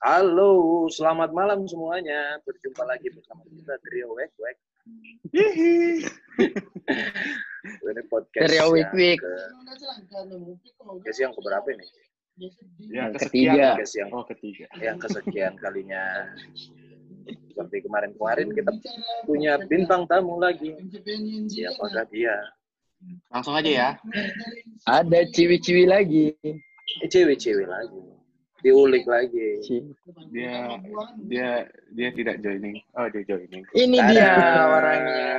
Halo, selamat malam semuanya. Berjumpa lagi bersama kita Trio Wek Wek. Ini podcast Trio Wek Wek. Yang keberapa nih? Yang ketiga. Ketiga. Yang kesekian kalinya. Seperti kemarin-kemarin kita punya bintang tamu lagi. Siapakah dia? Langsung aja ya. Ada ciwi-ciwi lagi. Cewek-cewek lagi. Diulik lagi. Dia tidak joining. Oh, dia joining. Ini dia orangnya.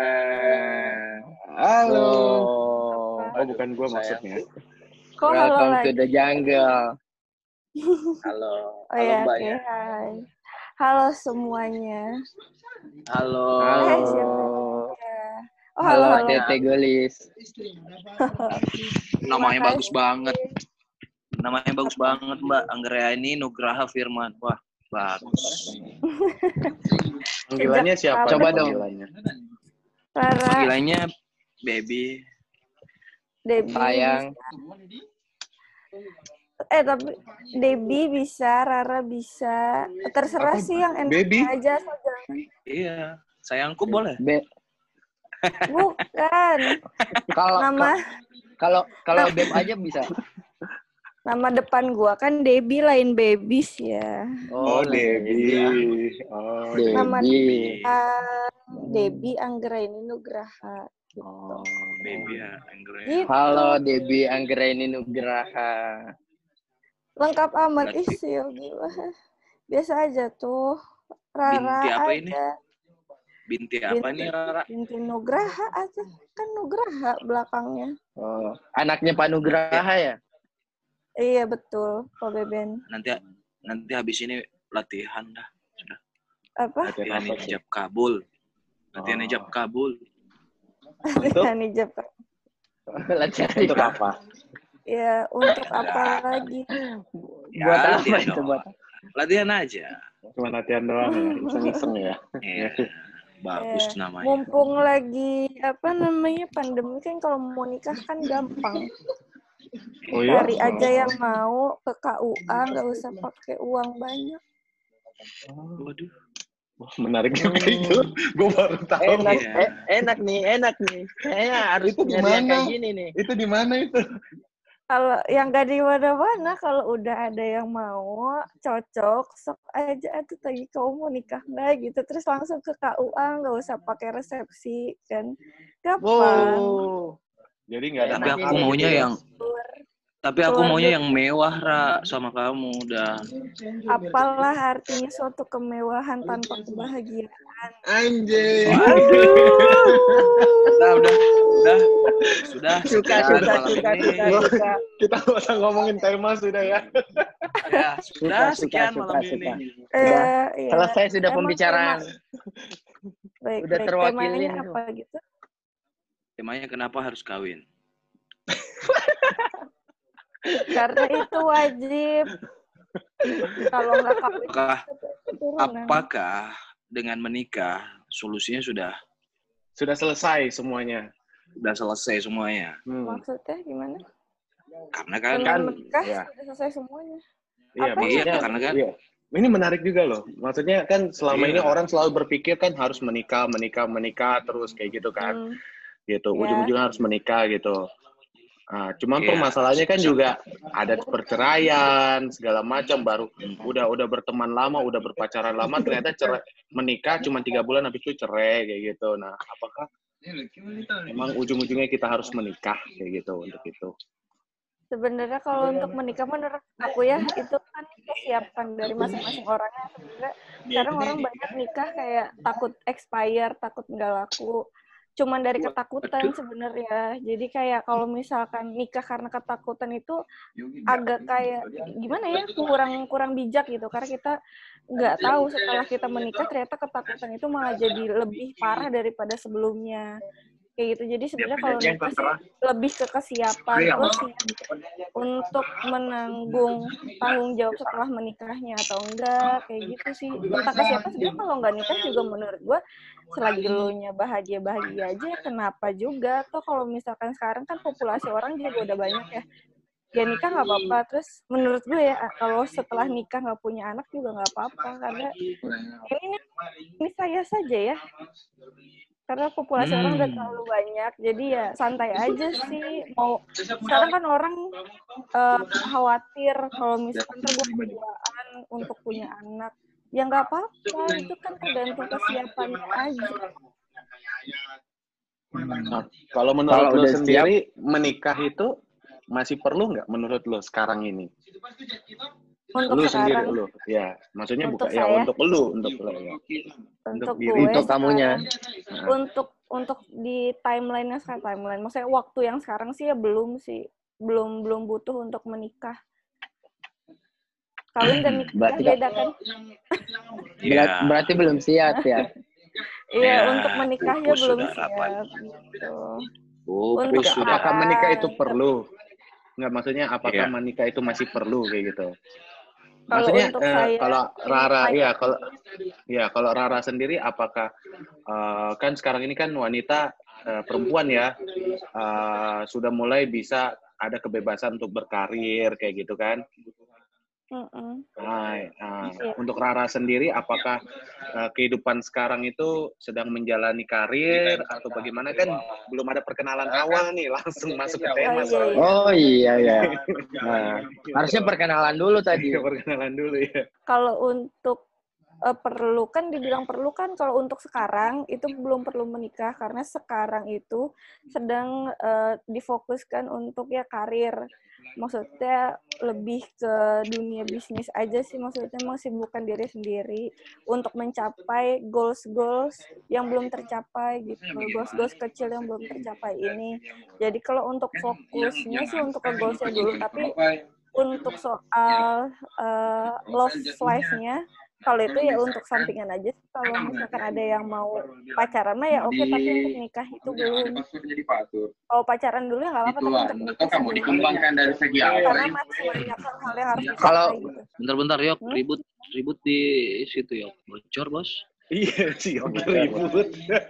Halo. Oh, bukan gua maksudnya. Kok halo Welcome lagi? to the jungle. Halo. Oh Halo ya, Mbak oke, ya. hai. Halo semuanya. Halo. Siapa? Oh, Halo, halo. Tete Golis. Namanya Terima bagus kasih. banget. Namanya bagus banget Mbak. Anggraeni Nugraha Firman. Wah, bagus. Panggilannya siapa? Coba dong. Panggilannya. Rara, Panggilannya Baby. Debbie Sayang. bisa. Tapi Debbie bisa, Rara bisa. Terserah Apa? sih yang enak Baby? aja. So jangan. Iya. Sayangku boleh. Bukan. Kalau Beb aja bisa. Nama depan gua kan Debbie lain Babies ya. Oh, Debbie. Oh, Nama Debbie. Debbie Anggraeni Nugraha. Oh, Baby ya, Anggraeni. Gitu. Halo Debbie Anggraeni Nugraha. Lengkap amat Berarti- isi gila. Biasa aja tuh. Rara Binti apa aja. ini? Binti apa nih Rara? Binti Nugraha aja. Kan Nugraha belakangnya. Oh, anaknya Pak Nugraha ya? Iya betul, Pak Beben. Nanti habis ini latihan dah. Sudah. Apa? Latihan apa sih? ijab kabul. Latihan Oh. ijab kabul. Latihan hijab. Latihan Untuk apa? Ya, untuk apa lagi? Buat apa latihan itu? doang. Buat Latihan aja. Cuma latihan doang ya, iseng-iseng ya. Iya. Bagus Ya, namanya. mumpung lagi pandemi kan kalau mau nikah kan gampang. Oh ya? Cari aja yang mau ke KUA, nggak usah pakai uang banyak. Waduh. Wah, menarik juga itu. Gue baru tahu. enak, Iya. enak nih. Kayaknya harus Itu di nyari yang mana? kayak gini nih. Itu di mana itu? Kalau yang gak di mana-mana, kalau udah ada yang mau, cocok, sok aja tuh tadi kamu mau nikah nggak gitu, terus langsung ke KUA, nggak usar pakai resepsi kan, gampang. Wow. Jadi nggak ada Tapi aku mahar maunya gitu ya? yang mewah Ra sama kamu udah. Apalah artinya suatu kemewahan tanpa kebahagiaan. Anjing. Sudah. Suka. Kita nggak usah ngomongin tema sudah ya. Ya, sudah Suka. sekian malam ini. Sudah. Iya. Selesai sudah Emang pembicaraan. Baik, Udah terwakilin temanya tuh. apa gitu? Temanya kenapa harus kawin? Karena itu wajib. Kalau nggak kawin, keturunan. Apakah dengan menikah solusinya sudah Sudah selesai semuanya. selesai semuanya? Maksudnya gimana? Karena kan Dengan menikah ya. sudah selesai semuanya. Iya, Apa? maksudnya Iya, karena kan- iya. Ini menarik juga loh. Maksudnya kan selama Iya. ini orang selalu berpikir kan harus menikah terus kayak gitu kan. Gitu. Ya. Ujung-ujungnya harus menikah gitu. Nah, cuman Iya. permasalahannya kan juga ada perceraian segala macam, baru udah berteman lama, udah berpacaran lama, ternyata menikah cuma 3 bulan habis itu cerai kayak gitu. Nah, apakah emang ujung-ujungnya kita harus menikah kayak gitu untuk itu? Sebenarnya kalau untuk menikah menurut aku ya itu kan kesiapan dari masing-masing orangnya. Sebenarnya sekarang orang banyak nikah kayak takut expire, takut nggak laku. Cuman dari ketakutan sebenarnya. Jadi kayak kalau misalkan nikah karena ketakutan itu agak kayak gimana ya, kurang bijak gitu. Karena kita nggak tahu setelah kita menikah ternyata ketakutan itu malah jadi lebih parah daripada sebelumnya. Kayak gitu. Jadi sebenarnya kalau nikah sih lebih ke kesiapan, terus untuk menanggung tanggung jawab setelah menikahnya atau enggak, kayak gitu sih. Entah kesiapan sebenarnya kalau nggak nikah juga menurut gue selagi elunya bahagia aja, kenapa juga. Toh kalau misalkan sekarang kan populasi orang juga udah banyak ya. ya nikah nggak apa-apa. Terus menurut gue ya kalau setelah nikah nggak punya anak juga nggak apa-apa, karena ini saya saja ya, karena populasi orang udah terlalu banyak, jadi ya santai aja sih. Mau sekarang kan orang khawatir kalau misalkan gue keduaan untuk punya anak, ya nggak apa-apa, itu kan tergantung kesiapannya aja. Nah, kalau menurut lo sendiri menikah itu masih perlu nggak menurut lo sekarang ini? Untuk Lu sekarang, sendiri lu, ya maksudnya untuk bukan ya saya, untuk lu, untuk lo ya. untuk diri, gue untuk kamunya. sekarang, untuk di timeline-nya sekarang, timeline maksudnya waktu yang sekarang sih ya belum sih, belum butuh untuk menikah. Kawin dan nikah Berarti beda kan? Berarti belum siap ya. Iya, Ya, untuk menikahnya pupus belum sudah siap rapat. gitu. Tapi Pupus sudah. apakah menikah itu perlu? Nggak, maksudnya apakah Iya. menikah itu masih perlu kayak gitu? Kalau Maksudnya untuk saya, kalau Rara kalau Rara sendiri apakah kan sekarang ini kan wanita perempuan ya sudah mulai bisa ada kebebasan untuk berkarir kayak gitu kan? Untuk Rara sendiri, apakah kehidupan sekarang itu sedang menjalani karir atau bagaimana? Kan belum ada perkenalan awal nih, langsung masuk ke tema soalnya. Oh iya ya. Nah, harusnya perkenalan dulu tadi. Perkenalan dulu ya. Kalau untuk perlu kan dibilang perlu kan, kalau untuk sekarang itu belum perlu menikah karena sekarang itu sedang difokuskan untuk ya karir. Maksudnya lebih ke dunia bisnis aja sih, maksudnya mensibukkan diri sendiri untuk mencapai goals yang belum tercapai gitu, goals kecil yang belum tercapai ini. Jadi kalau untuk fokusnya sih untuk ke goalsnya dulu, tapi untuk soal love life-nya, kalau itu ya untuk sampingan aja sih. Kalau misalkan ada yang mau pacaran mah ya oke, tapi untuk nikah itu belum. Kalau pacaran dulu ya nggak apa-apa, tapi untuk nikah kamu dikembangkan dari segi apa? karena masih banyak hal yang harus Kalau dicapai gitu. Bentar yok, ribut di situ yok. Bocor, Bos. Iya sih, ribut.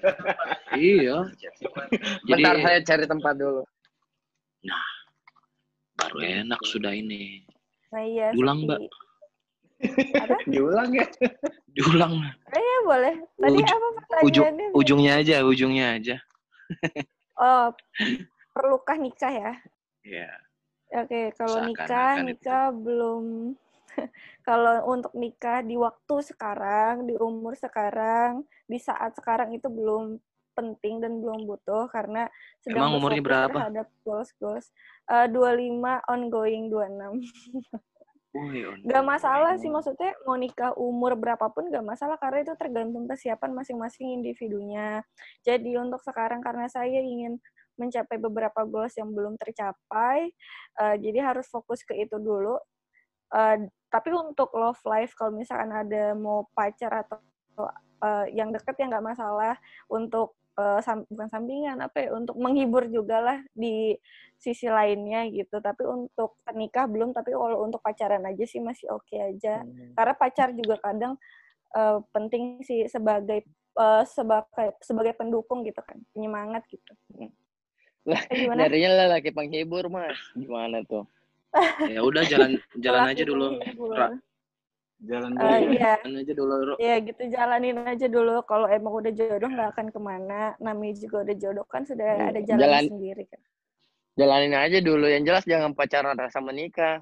Iya. Bentar, saya cari tempat dulu. Nah, baru enak sudah ini. Nah iya. Diulang, Mbak. Apa? Diulang ya. Diulang. Iya boleh. Tadi apa pertanyaannya? Ujungnya aja. Oh, perlukah nikah ya? Iya. Oke, kalau Seakan-akan nikah belum. Kalau untuk nikah di waktu sekarang, di umur sekarang, di saat sekarang itu belum penting dan belum butuh karena sedang Emang umurnya berfokus berapa? terhadap goals. 25 ongoing 26. Gak masalah sih, maksudnya mau nikah umur berapapun gak masalah karena itu tergantung kesiapan masing-masing individunya. Jadi untuk sekarang karena saya ingin mencapai beberapa goals yang belum tercapai, jadi harus fokus ke itu dulu. Tapi untuk love life, kalau misalkan ada mau pacar atau yang deket ya nggak masalah. Untuk bukan sampingan, untuk menghibur juga lah di sisi lainnya gitu. Tapi untuk nikah belum, tapi kalau untuk pacaran aja sih masih oke aja. Karena pacar juga kadang penting sih sebagai pendukung gitu kan, penyemangat gitu. Gimana? Jadinya laki penghibur, Mas. Gimana tuh? Ya udah jalan aja dulu. Jalan dulu. Iya. Jalan aja dulu. Ya gitu, jalanin aja dulu. Kalau emang udah jodoh nggak akan kemana. Namanya juga udah jodoh kan sudah ada jalan sendiri kan. Jalanin aja dulu. Yang jelas jangan pacaran rasa menikah.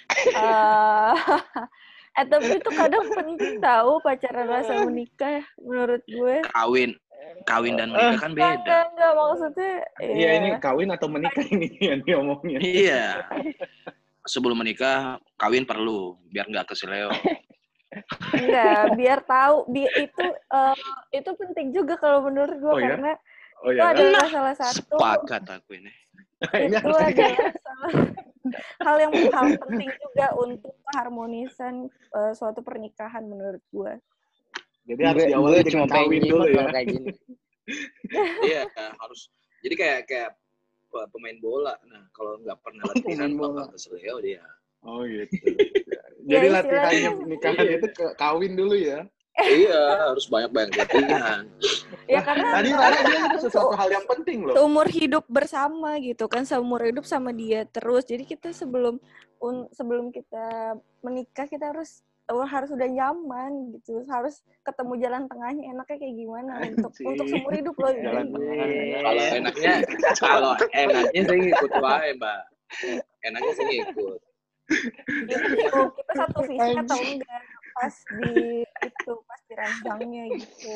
Tapi itu kadang penting tahu pacaran rasa menikah menurut gue. Kawin dan menikah kan beda. Enggak maksudnya. Iya, ini kawin atau menikah ini yang diomongin. Iya. Sebelum menikah, kawin perlu biar nggak keseleo. Enggak, biar tahu itu penting juga kalau menurut gue karena itu adalah salah satu. Sepakat aku ini. Itu adalah hal penting juga untuk keharmonisan suatu pernikahan menurut gue. Jadi harus diawali dengan kawin dulu ya. Iya, harus. Jadi kayak pemain bola. Nah, kalau nggak pernah latihan bakal keseleo dia. Oh gitu. Jadi latihannya nikahan itu kawin dulu ya. Iya, harus banyak-banyak latihan. Ya karena Tadi Rara bilang itu sesuatu hal yang penting loh. seumur hidup bersama gitu kan, seumur hidup sama dia terus. Jadi kita sebelum kita menikah kita harus udah nyaman gitu, harus ketemu jalan tengahnya enaknya kayak gimana untuk seumur hidup loh. Jalan tengah. Kalau enaknya saya ngikut wae, Mbak. Enaknya saya ngikut. Kita satu visi atau enggak pas di ranjangnya gitu.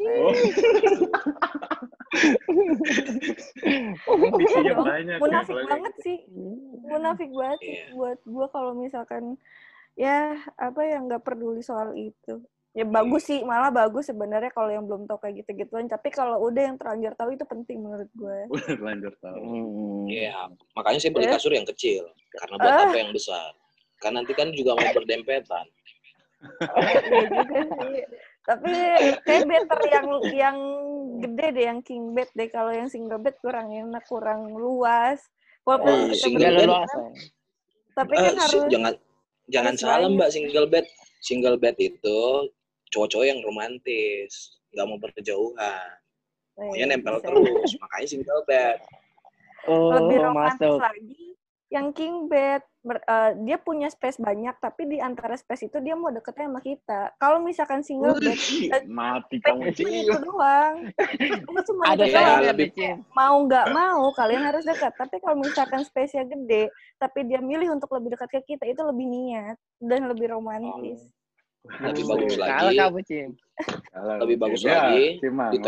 Visinya banyak. Munafik banget sih buat gue kalau misalkan ya apa yang nggak peduli soal itu. Ya bagus sih, malah bagus sebenarnya kalau yang belum tahu kayak gitu-gituan. Tapi kalau udah yang terlanjur tahu itu penting menurut gue. Udah terlanjur tahu. Iya, makanya saya beli kasur yang kecil. Karena buat apa yang besar? Karena nanti kan juga mau berdempetan. Iya juga sih. Tapi kayak better yang gede deh, yang king bed deh. Kalau yang single bed kurang enak, kurang luas. Walaupun single bed. Tapi kan harus jangan salah Mbak, single bed itu cowok-cowok yang romantis, nggak mau berjauhan. Pokoknya nempel terus, makanya single bed. Lebih romantis lagi yang king bed. Dia punya space banyak, tapi di antara space itu dia mau deketnya sama kita. Kalau misalkan single bed, mati kamu itu doang. Cuma ada doang. lebih Mau nggak mau, kalian harus dekat. Tapi kalau misalkan space-nya gede, tapi dia milih untuk lebih dekat ke kita, itu lebih niat dan lebih romantis. Lebih bagus lagi. Kalah kamu, Cim. Lebih bagus lagi.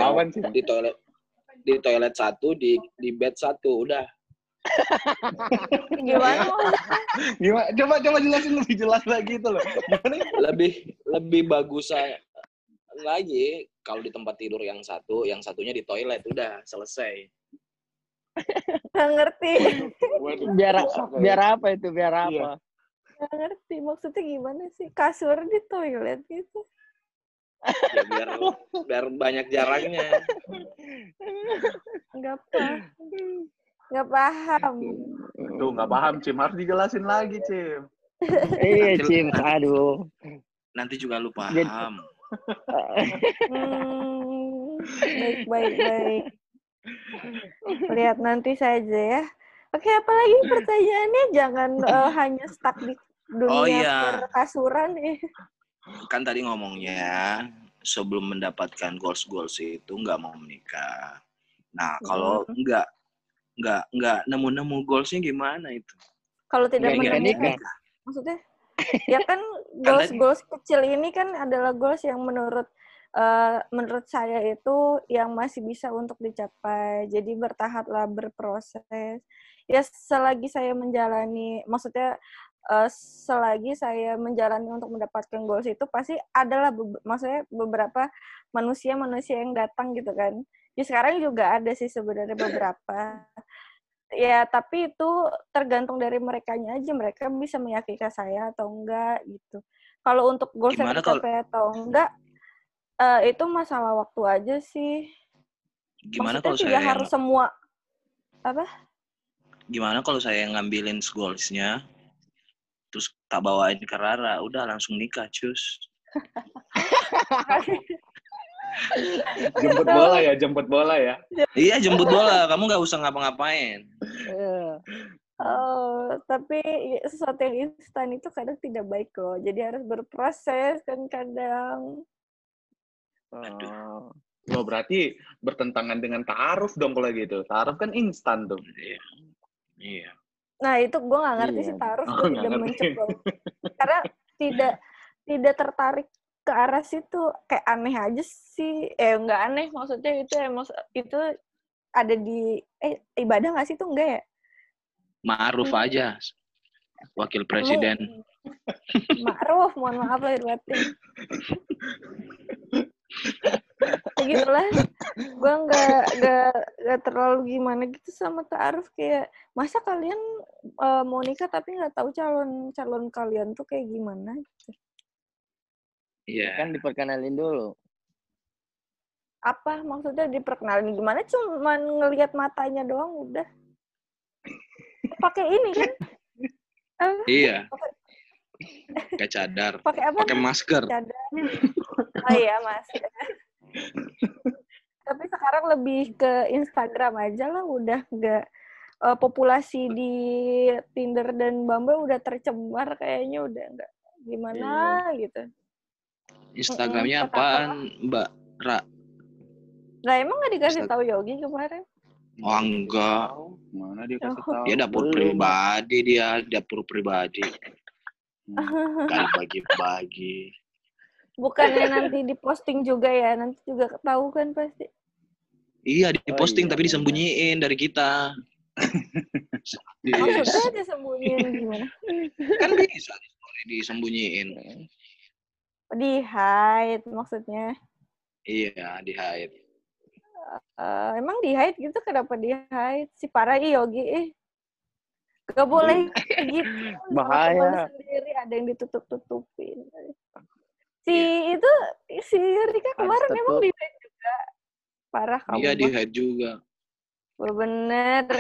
Di toilet satu, di bed satu, udah. Gimana? Coba jelasin lebih jelas lagi itu loh. Gimana? Lebih bagus lagi kalau di tempat tidur yang satunya di toilet, udah selesai. Nggak ngerti. Biar apa itu? Biar apa? Nggak ngerti. Maksudnya gimana sih? Kasur di toilet gitu. Ya biar banyak jaraknya. Nggak paham. Tuh, nggak paham, Cim. Harus dijelasin lagi, Cim. Iya, Cim. Aduh. Nanti juga lu paham. Baik. Lihat nanti saja ya. Oke, apalagi pertanyaannya? Jangan hanya stuck di dunia perkasuran. Kan tadi ngomongnya sebelum mendapatkan goals itu nggak mau menikah. Nah, kalau nggak nemu goalsnya gimana itu? Kalau tidak menemukan, maksudnya ya kan goals kecil ini kan adalah goals yang menurut saya itu yang masih bisa untuk dicapai. Jadi bertahaplah, berproses. Ya selagi saya menjalani, maksudnya selagi saya menjalani untuk mendapatkan goals itu pasti adalah maksudnya beberapa manusia yang datang gitu kan. Ya sekarang juga ada sih sebenarnya beberapa. Ya tapi itu tergantung dari merekanya aja, mereka bisa meyakinkan saya atau enggak gitu. Kalau untuk goals yang tercapai atau enggak itu masalah waktu aja sih. Gimana maksudnya kalau saya harus semua apa? Gimana kalau saya ngambilin goalsnya terus tak bawain ke Rara, udah langsung nikah, cus. Jemput bola ya. Iya, jemput bola. Kamu nggak usah ngapa-ngapain. Oh, tapi sesuatu yang instan itu kadang tidak baik loh. Jadi harus berproses kan kadang. Aduh. Loh, berarti bertentangan dengan ta'aruf dong kalau gitu. Ta'aruf kan instan tuh. Iya. Nah, itu gue nggak ngerti sih ta'aruf. Gue tidak mencoba. Karena tidak tertarik ke arah situ, kayak aneh aja sih. Nggak aneh, maksudnya itu ada di ibadah nggak sih itu enggak ya? Ma'ruf aja, wakil presiden. Ma'ruf, mohon maaf lahir batin. Begitulah, gue nggak terlalu gimana gitu sama ta'aruf, kayak masa kalian mau nikah tapi nggak tahu calon kalian tuh kayak gimana gitu. Iya. Kan diperkenalin dulu. Apa maksudnya diperkenalin gimana? Cuman ngelihat matanya doang udah. Pakai ini kan? Iya. Pakai cadar. Pakai apa? Pakai masker. Cadar. Oh iya, masker. Tapi sekarang lebih ke Instagram aja lah, udah nggak populasi di Tinder dan Bumble udah tercemar kayaknya, udah nggak gimana gitu. Instagramnya Kata apaan, Mbak Ra? Nah, emang nggak dikasih tahu Yogi kemarin? Oh, enggak. Mana dia kasih tahu? Dia dapur pribadi, dapur pribadi. Gak bagi-bagi. Bukannya nanti diposting juga ya, nanti juga tahu kan pasti. Iya, diposting tapi disembunyiin dari kita. Maksudnya disembunyiin gimana? Kan bisa disembunyiin. Di hide maksudnya. Iya, di hide. Emang di hide gitu, kenapa di hide? Si parah Yogi gak boleh gitu. Bahaya. Sendiri ada yang ditutup-tutupin. Si Rika kemarin emang di hide juga. Parah kamu. Iya, di hide juga. Bener.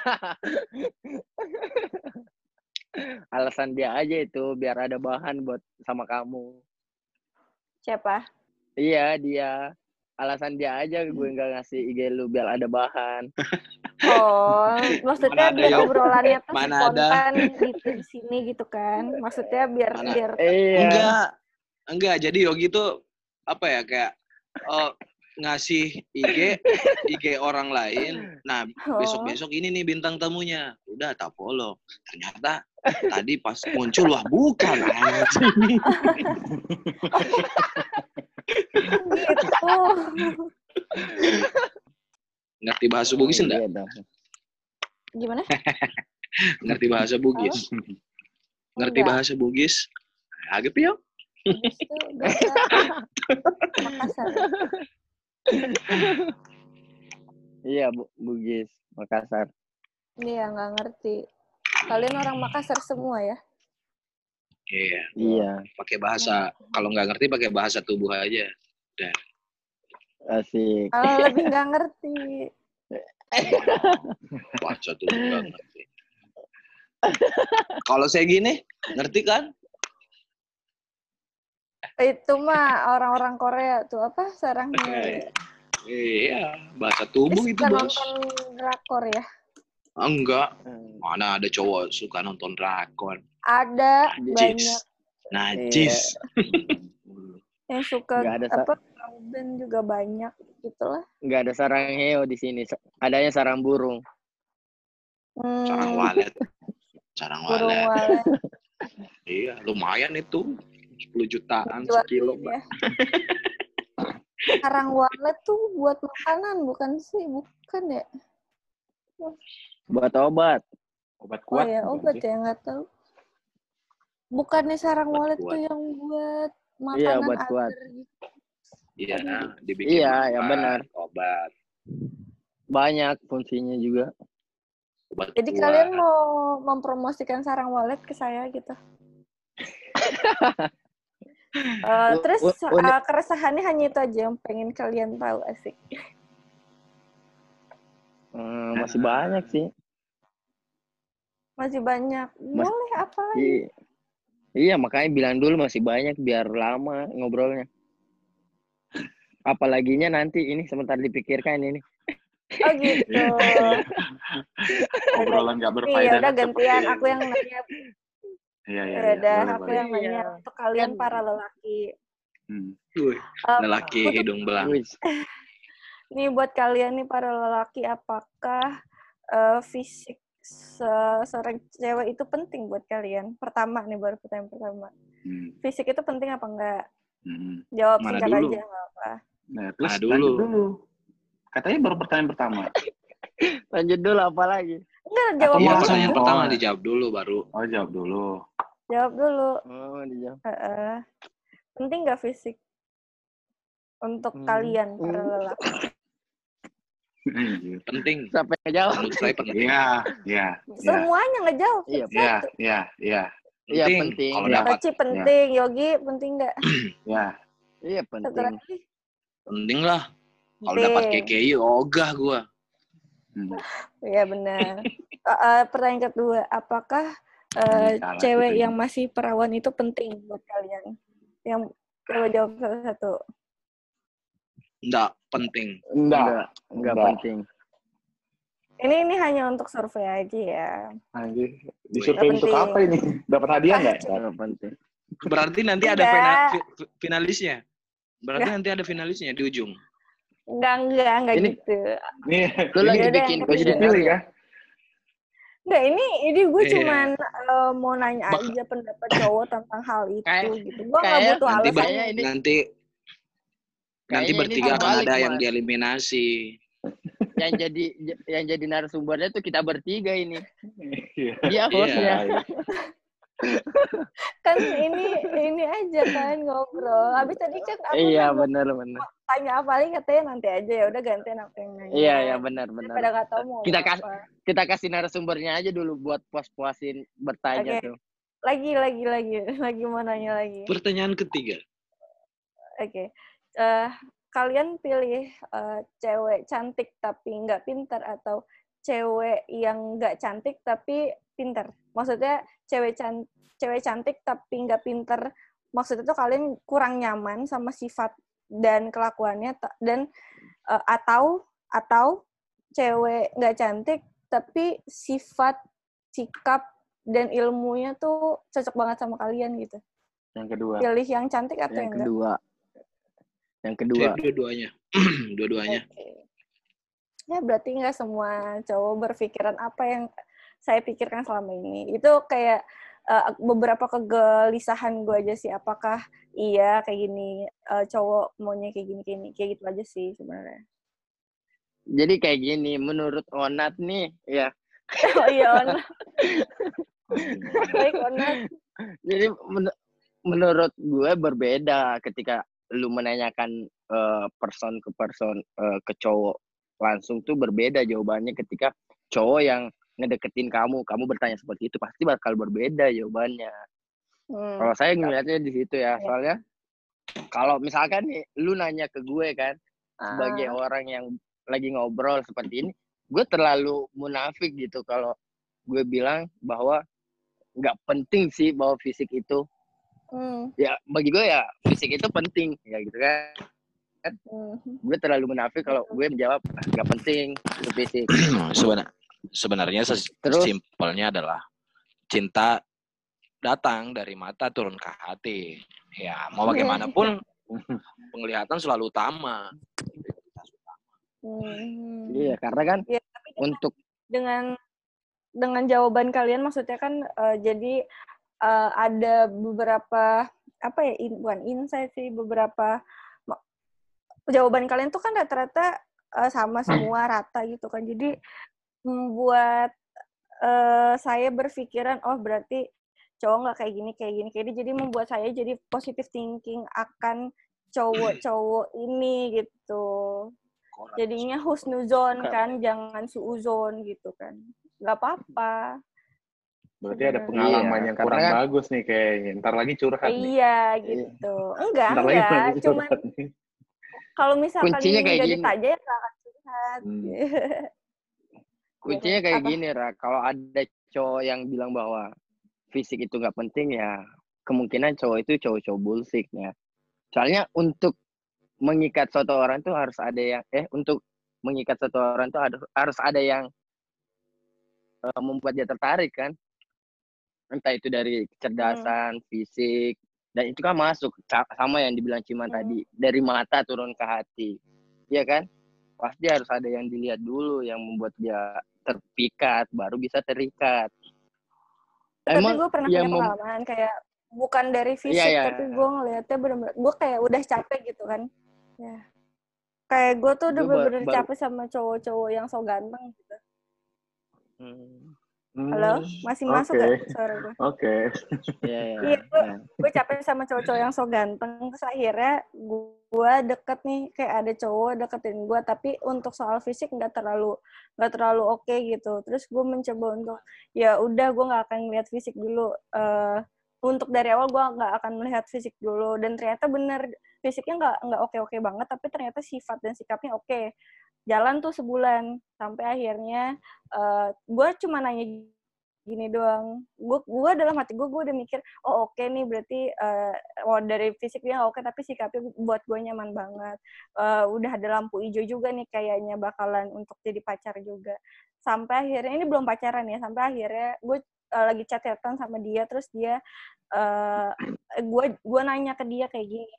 Alasan dia aja itu biar ada bahan buat sama kamu. Siapa? Iya, dia. Alasan dia aja gue nggak ngasih IG lu biar ada bahan. Oh, maksudnya biar obrolannya tuh spontan ada. di sini gitu kan? Maksudnya biar Iya. Enggak. Jadi Yogi tuh apa ya, kayak ngasih IG orang lain. Nah, besok-besok ini nih bintang tamunya. Udah tak follow. Ternyata tadi pas muncul, wah bukan anjing. Gitu. Ngerti bahasa Bugis enggak? Gimana? Ngerti bahasa Bugis? Ngerti bahasa Bugis? Agak ya? Itu bahasa Makassar. Iya, Bugis, Makassar. Iya, nggak ngerti. Kalian orang Makassar semua ya? Iya. Pakai bahasa, kalau nggak ngerti pakai bahasa tubuh aja. Dan asik. Lebih nggak ngerti. Bahasa tubuh nggak ngerti. Kalau saya gini, ngerti kan? Itu mah orang-orang Korea tuh apa sarangnya? Iya, bahasa tubuh itu, Bos. Nonton drakor ya? Enggak. Mana ada cowok suka nonton drakor? Ada banyak. Najis. Yang suka apa? Band juga banyak gitulah. Nggak ada sarang heo di sini. Adanya sarang burung. Sarang walet. Burung walet. Iya, lumayan itu. 10 jutaan sekilo, Mbak. Ya. Sarang walet tuh buat makanan, bukan sih? Bukan ya? Buat obat. Obat kuat. Oh ya, obat ya, nggak tahu. Bukannya sarang walet tuh yang buat makanan. Iya, obat kuat. Gitu. Iya, dibikin ya benar. Obat. Banyak fungsinya juga. Obat jadi kuat. Kalian mau mempromosikan sarang walet ke saya gitu? Terus keresahannya hanya itu aja yang pengen kalian tahu, asik. Masih banyak sih. Masih banyak. Boleh apa lagi? Iya, makanya bilang dulu masih banyak biar lama ngobrolnya. Apalaginya nanti ini sebentar dipikirkan ini. Oh gitu. Obrolan gak berfaedah. Iya, udah gantian aku yang nanya. Iya. Udah aku yang nanya untuk kalian para lelaki. Lelaki hidung belang. Nih buat kalian nih para lelaki, apakah fisik seorang cewek itu penting buat kalian? Pertama nih, baru pertanyaan pertama. Fisik itu penting apa enggak? Jawab singkat aja, nggak apa. Nah, terus lanjut dulu. Katanya baru pertanyaan pertama. Lanjut dulu apa lagi? Enggak, jawab dulu. Yang pertama dijawab dulu baru. Oh, jawab dulu. Jawab dulu. Oh, dijawab. Penting nggak fisik untuk kalian para lelaki? Penting. Sampai ngejawab. Menurut saya penting. Iya. Semuanya ngejawab. Iya. Iya, penting. Kalau dapat. Yogi penting. Yogi penting nggak? Iya, penting. Penting lah. Kalau dapat KKI, ogah gua. Iya benar. Pertanyaan kedua, apakah Salah cewek gitu ya. yang masih perawan itu penting buat kalian? Yang coba jawab satu-satu. Enggak penting. Enggak penting. Ini hanya untuk survei aja ya. Anjir, disurvei Nggak untuk penting. apa ini? Dapat hadiah nggak? Enggak penting. Berarti nanti ada Enggak. finalisnya. Berarti nanti ada finalisnya di ujung. Enggak Ini- gitu. Nih, Lu lagi Yaudah, bikin yang lagi ketiga. dipilih kuesioner kah? Enggak, ini gue Iya. cuman mau nanya aja pendapat cowok tentang hal itu Kayak- gitu. Gue nggak kayak butuh Nanti alasan. Kayaknya ini- nanti Kayaknya ini bertiga akan terbalik, ada yang Mas. dieliminasi. yang jadi narasumbernya tuh kita bertiga ini. Iya. Dia hostnya. Kan ini aja kan ngobrol. Habis tadi kan aku Iya, mau benar. tanya apa lagi katanya nanti aja, ya udah gantian aku yang nanya. Iya, benar. Pada nggak tahu mau Kita apa. Kita kasih narasumbernya aja dulu buat puas-puasin bertanya Oke. tuh. Lagi mau nanya lagi. Pertanyaan ketiga. Oke. Kalian pilih cewek cantik tapi nggak pintar atau cewek yang nggak cantik tapi pintar? Maksudnya cewek cantik tapi nggak pintar. Maksudnya tuh kalian kurang nyaman sama sifat dan kelakuannya dan atau cewek nggak cantik tapi sifat, sikap dan ilmunya tuh cocok banget sama kalian gitu. Yang kedua. Pilih yang cantik atau yang enggak? Yang kedua. Dua-duanya. Dua-duanya. Oke. Ya berarti nggak semua cowok berpikiran apa yang saya pikirkan selama ini. Itu kayak beberapa kegelisahan gue aja sih. Apakah iya kayak gini, cowok maunya kayak gini, kayak gitu aja sih sebenarnya. Jadi kayak gini, menurut Onat nih, ya. Oh iya, Onat. Baik, Onat. Jadi menurut gue berbeda ketika lu menanyakan person ke person ke cowok langsung tuh berbeda jawabannya. Ketika cowok yang ngedeketin kamu bertanya seperti itu pasti bakal berbeda jawabannya. Kalau saya ngeliatnya di situ ya, soalnya kalau misalkan nih lu nanya ke gue kan sebagai orang yang lagi ngobrol seperti ini, gue terlalu munafik gitu kalau gue bilang bahwa nggak penting sih bahwa fisik itu. Ya bagi gue ya fisik itu penting ya gitu kan. Gue terlalu munafik kalau gue menjawab nggak penting itu fisik. Sebenarnya simpelnya adalah cinta datang dari mata turun ke hati. Ya mau bagaimanapun penglihatan selalu utama. Iya karena kan ya, tapi untuk dengan jawaban kalian maksudnya kan jadi ada beberapa bukan insight sih, beberapa jawaban kalian tuh kan rata-rata sama semua rata gitu kan, jadi membuat saya berpikiran oh berarti cowok nggak kayak gini jadi membuat saya jadi positive thinking akan cowok-cowok ini gitu. Jadinya husnuzon kan, jangan suuzon gitu kan. Nggak apa-apa. Berarti ada pengalaman yang kurang bagus nih kayaknya. Ntar lagi curhat nih. Iya gitu. Enggak. Cuman kalau misalkan jadi saja ya nggak akan curhat. Kuncinya kayak gini, Ra. Kalau ada cowok yang bilang bahwa fisik itu nggak penting ya, kemungkinan cowok itu cowok-cowok bullshit ya. Soalnya untuk mengikat suatu orang tuh harus ada yang untuk mengikat suatu orang tuh harus ada yang membuat dia tertarik kan. Entah itu dari kecerdasan, fisik, dan itu kan masuk sama yang dibilang Ciman tadi, dari mata turun ke hati. Iya kan? Pasti harus ada yang dilihat dulu yang membuat dia terpikat, baru bisa terikat. Tapi gue pernah punya pengalaman kayak bukan dari fisik, tapi gue ngeliatnya bener-bener gue kayak udah capek gitu kan. Ya. Kayak gue tuh udah bener-bener capek sama cowok-cowok yang so ganteng gitu. Halo, masih masuk gak suara gue? Oke. Iya, gue capek sama cowok-cowok yang so ganteng. Terus akhirnya gue deket nih, kayak ada cowok deketin gue, tapi untuk soal fisik nggak terlalu oke gitu. Terus gue mencoba untuk ya udah gue nggak akan melihat fisik dulu. Untuk dari awal gue nggak akan melihat fisik dulu, dan ternyata bener fisiknya nggak oke banget, tapi ternyata sifat dan sikapnya oke. Jalan tuh sebulan sampai akhirnya gue cuma nanya gini doang. Gue dalam hati gue udah mikir, oh oke nih berarti dari fisik dia nggak oke, tapi sikapnya buat gue nyaman banget. Udah ada lampu hijau juga nih kayaknya bakalan untuk jadi pacar juga. Sampai akhirnya, ini belum pacaran ya, sampai akhirnya gue lagi chat-chatan sama dia, terus dia gue nanya ke dia kayak gini,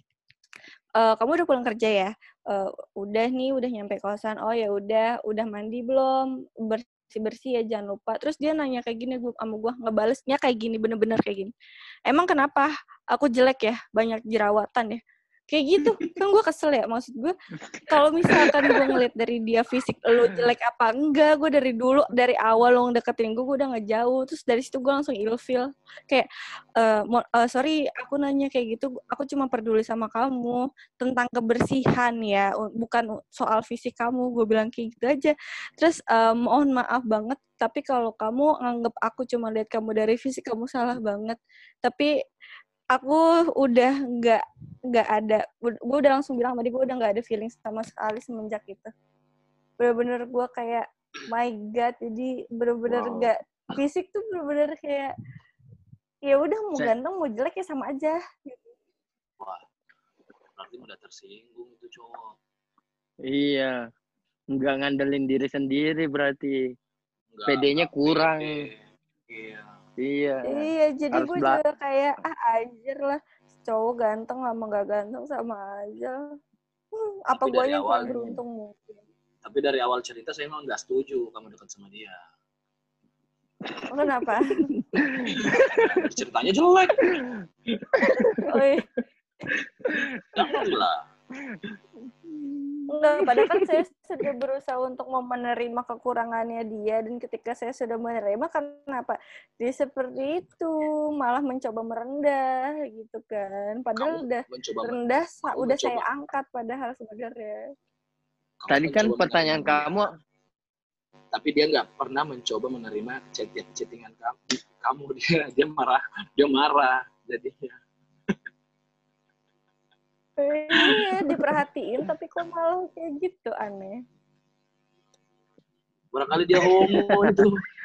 kamu udah pulang kerja ya? Udah nih, udah nyampe kosan. Oh ya udah mandi belum? Bersih-bersih ya, jangan lupa. Terus dia nanya kayak gini sama gue, ngebalesnya kayak gini, bener-bener kayak gini. Emang kenapa? Aku jelek ya? Banyak jerawatan ya? Kayak gitu. Kan gue kesel ya. Maksud gue, kalau misalkan gue ngeliat dari dia fisik, lo jelek apa enggak, gue dari awal lo deketin gue udah ngejauh. Terus dari situ gue langsung ilfeel. Kayak, sorry, aku nanya kayak gitu, aku cuma peduli sama kamu tentang kebersihan ya, bukan soal fisik kamu, gue bilang kayak gitu aja. Terus mohon maaf banget, tapi kalau kamu nganggep aku cuma lihat kamu dari fisik, kamu salah banget. Tapi aku udah nggak ada, gue udah langsung bilang sama dia, gue udah nggak ada feeling sama sekali semenjak itu. Bener-bener gue kayak, my God, jadi bener-bener nggak, fisik tuh bener-bener kayak, ya udah mau ganteng mau jelek ya sama aja. Wah, berarti udah tersinggung itu cowok. Iya, nggak ngandelin diri sendiri berarti. PD-nya kurang. Iya. Iya, jadi gue juga kayak anjir lah, cowok ganteng sama nggak ganteng sama aja. Apa gue yang kurang beruntung mungkin. Tapi dari awal cerita saya emang nggak setuju kamu dekat sama dia. Kenapa? Ceritanya jelek. Oh iya. Janganlah. Enggak, padahal kan saya sudah berusaha untuk menerima kekurangannya dia, dan ketika saya sudah menerima, kenapa dia seperti itu, malah mencoba merendah gitu kan. Padahal udah rendah, udah saya angkat padahal sebenarnya. Tadi kan pertanyaan kamu, tapi dia nggak pernah mencoba menerima chattingan kamu. Dia marah jadinya. Iya, diperhatiin tapi kok malah kayak gitu, aneh. Barangkali dia homo itu.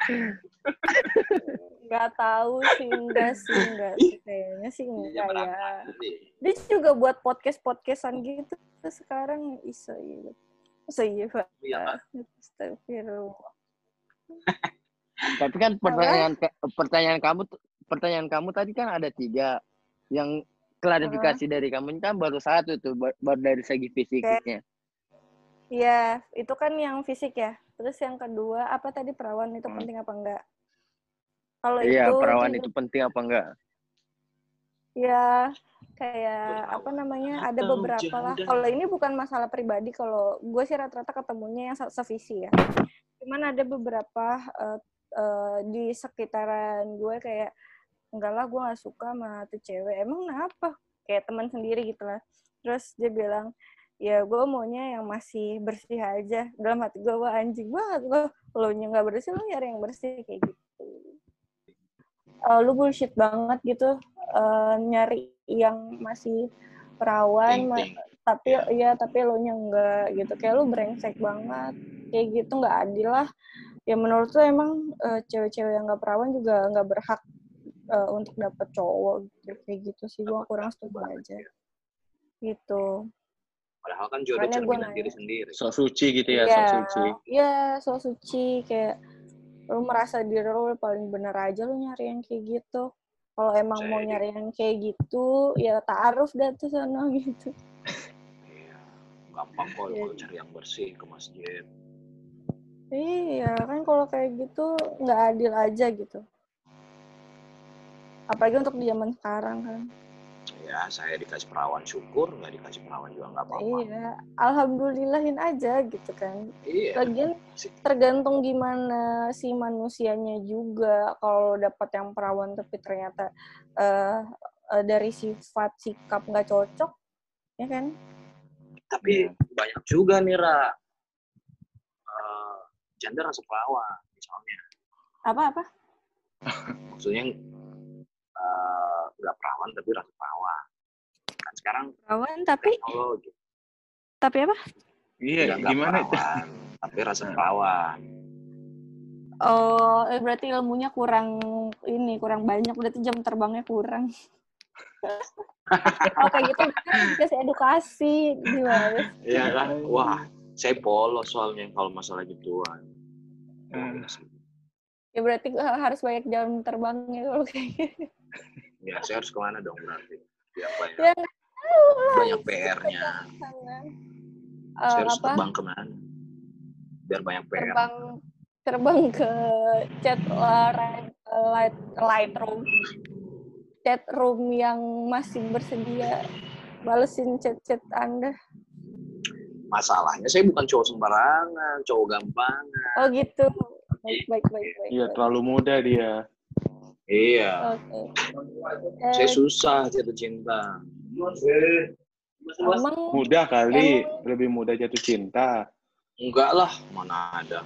Nggak tahu sih, enggak sih. Kayaknya sih enggak ya. Dia juga buat podcast-podcastan gitu sekarang, iso gitu. Iya, Astagfirullah. Tapi kan pertanyaan kamu tadi kan ada 3. Yang klarifikasi dari kamu kan baru 1 tuh, baru dari segi fisiknya. Iya, itu kan yang fisik ya. Terus yang kedua, apa tadi, perawan itu penting apa enggak? Kalau iya, itu perawan itu penting apa enggak? Ya, kayak apa namanya, ada beberapa lah. Kalau ini bukan masalah pribadi, kalau gue sih rata-rata ketemunya yang sevisi ya. Cuman ada beberapa di sekitaran gue kayak, enggak lah, gue gak suka sama tuh cewek. Emang kenapa? Kayak teman sendiri gitu lah. Terus dia bilang, ya gue maunya yang masih bersih aja. Dalam hati gue, wah anjing banget. Lo nya gak bersih, lo nyari yang bersih. Kayak gitu. Lu bullshit banget gitu. Nyari yang masih perawan, tapi lo nya enggak gitu. Kayak lu brengsek banget. Kayak gitu gak adil lah. Ya menurut lu emang cewek-cewek yang gak perawan juga gak berhak untuk dapet cowok gitu. Kayak gitu sih, gue kurang setuju aja gitu. Padahal kan jodoh cerminan diri sendiri. So suci gitu ya, so suci. Iya, so suci. Kayak lu merasa diri lu paling bener aja lu nyari yang kayak gitu. Kalau emang mau nyari yang kayak gitu, ya ta'aruf dah tuh sana gitu. Iya, gampang kok kalau cari yang bersih ke masjid. Iya, kan kalau kayak gitu nggak adil aja gitu. Apalagi untuk di zaman sekarang kan. Ya, saya dikasih perawan syukur, nggak dikasih perawan juga nggak apa-apa. Iya, alhamdulillahin aja gitu kan. Iya. Lagian tergantung gimana si manusianya juga. Kalau dapat yang perawan tapi ternyata dari sifat sikap nggak cocok, ya kan? Tapi banyak juga nih, Ra. Janda rasa perawan, misalnya. Apa? Maksudnya nggak perawan tapi rasa perawan. Kan sekarang perawan tapi teknologi. Tapi apa? Iya, Nggak gimana perawan, tapi rasa perawan. Oh, berarti ilmunya kurang banyak, berarti jam terbangnya kurang. Oh, kayak gitu kan dikasih edukasi gimana? Iya kan? Wah, saya polos soalnya kalau masalah gituan. Ya berarti harus banyak jam terbangnya kalau kayak gitu. Ya, saya harus kemana dong berarti? Biar Ya, banyak PR-nya. Saya harus terbang kemana? Biar banyak PR. Terbang ke chat Lightroom. Chat room yang masih bersedia balesin chat-chat Anda. Masalahnya saya bukan cowok sembarangan, cowok gampangan. Oh gitu. Baik. Iya, terlalu muda dia. Iya. Okay. Saya susah jatuh cinta. Emang muda kali, lebih muda jatuh cinta. Enggak lah, mana ada.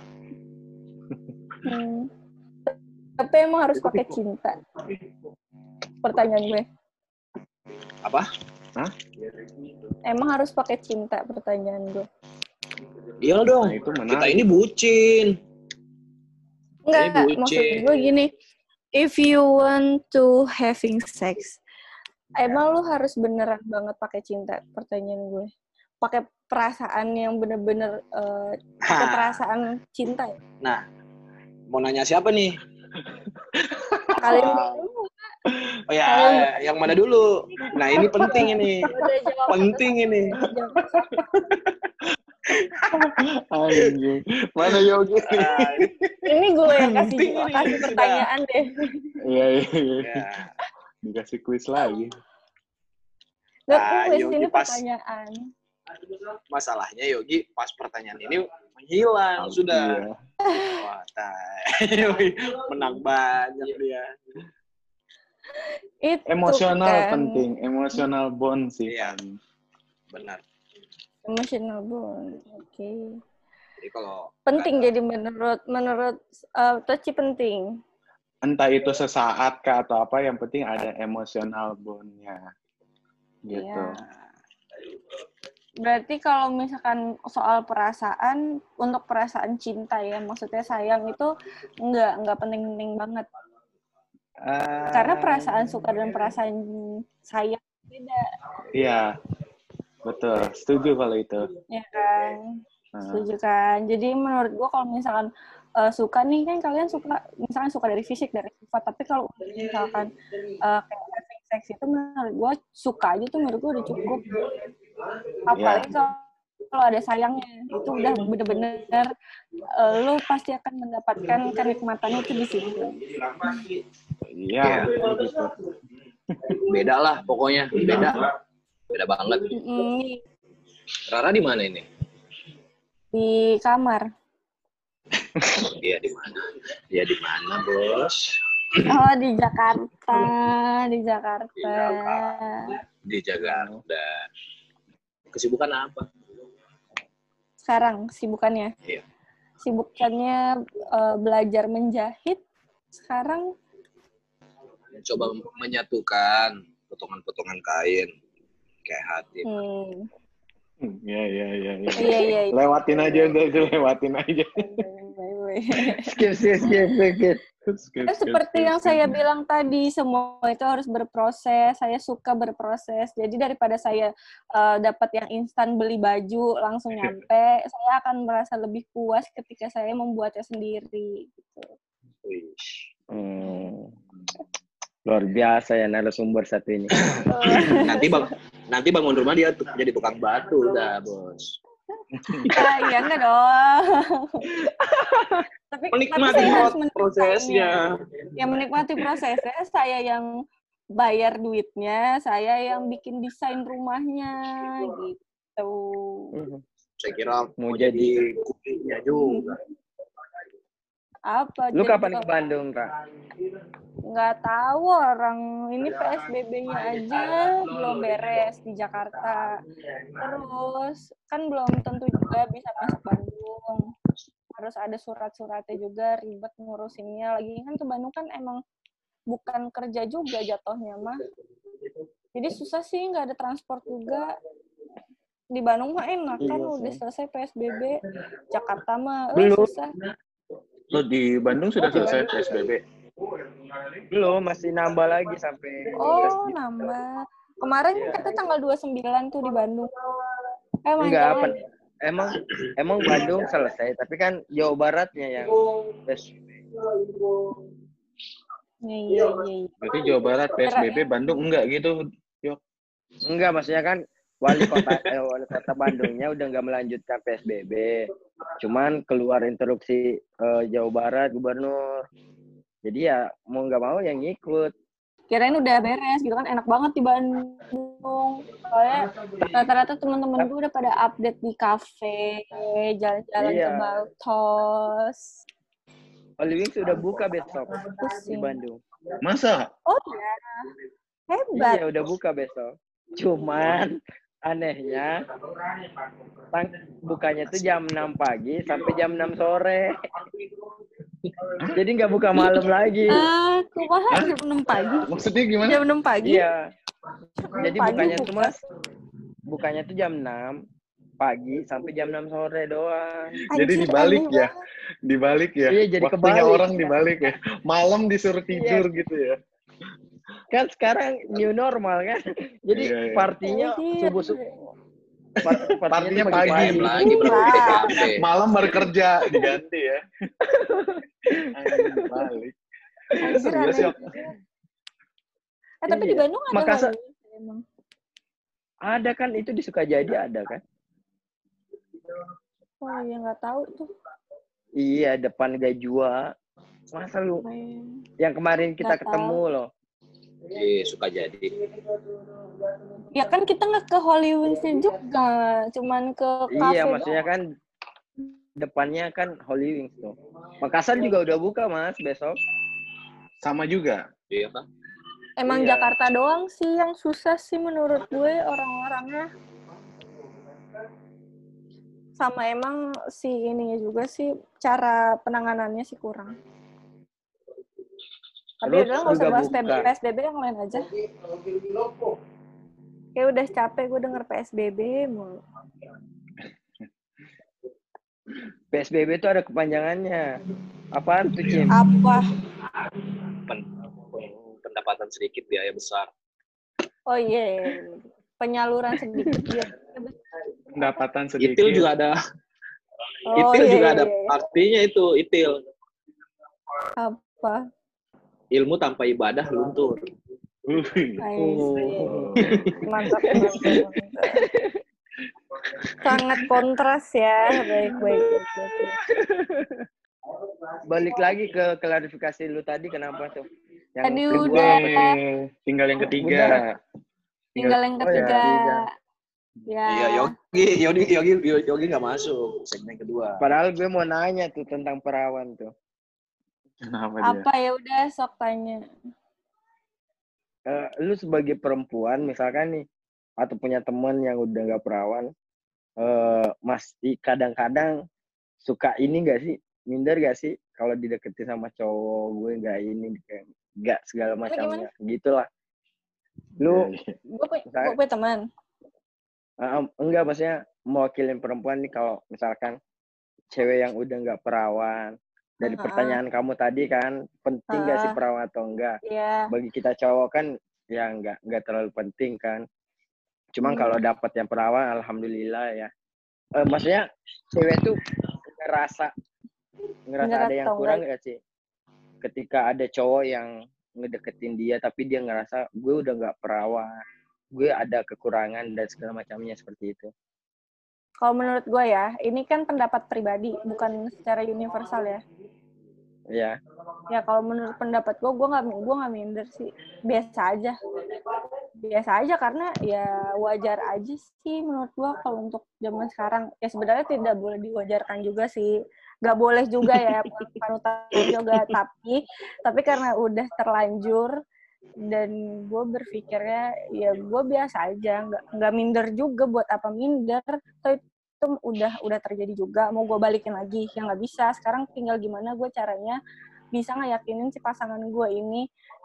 Tapi emang harus pakai cinta. Pertanyaan gue. Apa? Hah? Emang harus pakai cinta, pertanyaan gue. Iya dong. Nah, itu kita ini bucin. Enggak, maksud gue gini. If you want to having sex, emang lu harus beneran banget pakai cinta, pertanyaan gue. Pakai perasaan yang bener-bener pakai perasaan cinta ya? Nah, mau nanya siapa nih? Kalian dulu. Oh ya, yang mana dulu? Nah, ini penting ini. Penting ini. Anjing. Mana Yogi? Ini gue yang kasih pertanyaan deh. Iya. Dikasih kuis lagi. Gak kuis, ini pertanyaan. Masalahnya Yogi pas pertanyaan ini menghilang sudah. Iya. Wah, menang banyak dia. Emosional penting, emosional bond sih. Iya, benar. Emotional bond, oke. Jadi kalau penting jadi menurut Toci penting. Entah itu sesaat kah atau apa, yang penting ada emosional bond-nya. Gitu. Iya. Berarti kalau misalkan soal perasaan, untuk perasaan cinta ya, maksudnya sayang itu nggak penting-penting banget. Karena perasaan suka dan perasaan sayang beda. Iya, betul. Setuju kalau itu. Ya kan? Setuju kan? Jadi menurut gue kalau misalkan suka nih, kan kalian misalkan suka dari fisik, dari sifat. Tapi kalau misalkan kayak having sex itu menurut gue suka aja tuh menurut gue udah cukup. Apalagi kalau ada sayangnya, itu udah bener-bener lo pasti akan mendapatkan kenikmatannya itu di situ. Iya, gitu. Beda lah pokoknya, beda banget. Rara di mana ini? Di kamar. Dia di mana? Dia di mana, Bos? Oh, di Jakarta. Di Jakarta. Di Jakarta. Kesibukan apa? Sekarang sibukannya? Iya. Sibukannya belajar menjahit. Sekarang coba menyatukan potongan-potongan kain kayak hati. Iya. Lewatin aja itu, lewatin aja. Skip. Seperti yang saya bilang tadi, semua itu harus berproses. Saya suka berproses. Jadi daripada saya dapat yang instan beli baju langsung nyampe, saya akan merasa lebih puas ketika saya membuatnya sendiri. Gitu. Luar biasa ya narasumber satu ini. Nanti bangun rumah dia jadi tukang batu udah, Bos. Ya enggak dong. Tapi menikmati prosesnya. Ya menikmati prosesnya, saya yang bayar duitnya, saya yang bikin desain rumahnya gitu. Saya kira mau jadi kulinya juga. Apa? Lu kapan ke Bandung, Kak? Nggak tahu, orang ini PSBB-nya aja belum beres di Jakarta. Terus kan belum tentu juga bisa masuk Bandung. Harus ada surat-suratnya juga, ribet ngurusinnya. Lagi kan ke Bandung kan emang bukan kerja juga jatuhnya mah. Jadi susah sih, nggak ada transport juga. Di Bandung mah enak kan, udah selesai PSBB. Jakarta mah susah. Lo di Bandung sudah selesai PSBB? Belum, masih nambah lagi sampai 12 Oh, gitu. nambah. Kemarin Iya. kata tanggal 29 tuh di Bandung. Enggak, Lancar. emang Bandung selesai, tapi kan Jawa Baratnya yang PSBB. Iya. Berarti Jawa Barat PSBB, Bandung enggak gitu. Enggak, maksudnya kan wali kota Bandungnya udah nggak melanjutkan PSBB. Cuman keluar instruksi Jawa Barat gubernur. Jadi ya mau nggak mau yang ngikut. Kirain udah beres gitu kan, enak banget di Bandung. Soalnya rata-rata teman-teman gue udah pada update di kafe, jalan-jalan ke Baltos. Holy Wings udah buka besok di Pusing. Bandung. Masa? Oh iya, hebat. Iya, udah buka besok. Cuman anehnya bukanya tuh jam 6 pagi sampai jam 6 sore. Jadi nggak buka malam lagi. Kumaha jam 6 pagi. Maksudnya gimana? Jam 6 pagi? Iya. Jadi pagi bukanya buka. tuh Mas, bukanya tuh jam 6 pagi sampai jam 6 sore doang. Jadi Anjir, dibalik aneh ya. Dibalik ya. Iya, jadi Waktunya kebalik. orang dibalik ya. Malam disuruh tidur gitu ya. Kan sekarang new normal kan. Jadi Iya. partinya Anjir. subuh-subuh. Partinya tuh pagi. PM lagi berarti. Malam baru kerja diganti ya. Anjing, dibalik. Anjir, Serius aneh. ya? Tapi Iya. di Bandung ada Makassar Halloween emang. ada kan, itu di Sukajadi ada kan. Oh iya, nggak tahu tuh. Iya, depan Gajua. Masa lu yang kemarin kita Nggak ketemu tahu. loh. Iya, suka jadi. Ya kan kita nggak ke Hollywood-nya juga, cuman ke kafe Iya, maksudnya doang. kan depannya kan Holy Wings tuh. Makassar juga udah buka Mas besok. Sama juga. Iya kan? Emang Iya. Jakarta doang sih yang susah sih menurut gue orang-orangnya. Sama emang si ininya juga sih, cara penanganannya sih kurang. Tapi Terus udah nggak usah juga bahas buka. PSBB yang lain aja. Kayak udah capek gue denger PSBB mulu. PSBB itu ada kepanjangannya. Apaan tuh, Cim? Apa? Pendapatan sedikit, biaya besar. Oh iya. Penyaluran sedikit dia. Pendapatan sedikit. Itil juga ada. Oh, Itil iya, juga iya, ada iya. artinya itu, itil. Apa? Ilmu tanpa ibadah luntur. I see. Mantap. Sangat kontras ya. Baik. Balik lagi ke klarifikasi lu tadi, kenapa tuh? Yang Tadi kedua udah. apa tuh? Tinggal yang ketiga. Tinggal yang ketiga. Ya. Iya, Yogi nggak masuk segmen kedua. Padahal gue mau nanya tuh tentang perawan tuh. Kenapa dia? Apa ya udah sok tanya. Lu sebagai perempuan misalkan nih, atau punya teman yang udah nggak perawan, masih kadang-kadang suka ini nggak sih, minder gak sih kalau dideketin sama cowok, gue nggak segala macamnya gitulah. Lu Gue punya teman. enggak, maksudnya mewakilin perempuan nih, kalau misalkan cewek yang udah nggak perawan, dari pertanyaan kamu tadi kan, penting nggak sih perawan atau enggak? Iya. Bagi kita cowok kan ya nggak terlalu penting kan. Cuman kalau dapat yang perawan, alhamdulillah ya. Maksudnya cewek tuh ngerasa ada yang kurang nggak sih? Ketika ada cowok yang ngedeketin dia, tapi dia ngerasa gue udah nggak perawan, gue ada kekurangan dan segala macamnya seperti itu. Kalau menurut gue ya, ini kan pendapat pribadi, bukan secara universal ya. Iya. Ya kalau menurut pendapat gue nggak minder sih, biasa aja karena ya wajar aja sih menurut gue kalau untuk zaman sekarang. Ya sebenarnya tidak boleh diwajarkan juga sih, nggak boleh juga ya panutan juga, tapi karena udah terlanjur dan gue berpikirnya ya gue biasa aja, nggak minder juga, buat apa minder. Itu udah terjadi juga, mau gue balikin lagi ya nggak bisa. Sekarang tinggal gimana gue caranya bisa ngeyakinin si pasangan gue ini,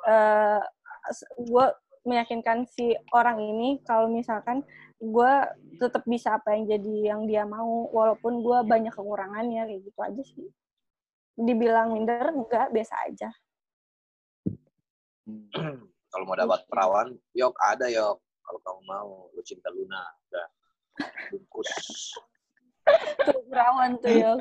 gue meyakinkan si orang ini kalau misalkan gue tetap bisa apa yang dia mau, walaupun gue banyak kekurangannya, kayak gitu aja sih. dibilang minder, enggak, biasa aja. Kalau mau dapat perawan, yok ada yok. Kalau kamu mau, lu cinta Luna, udah bungkus. Tuh perawan tuh ya.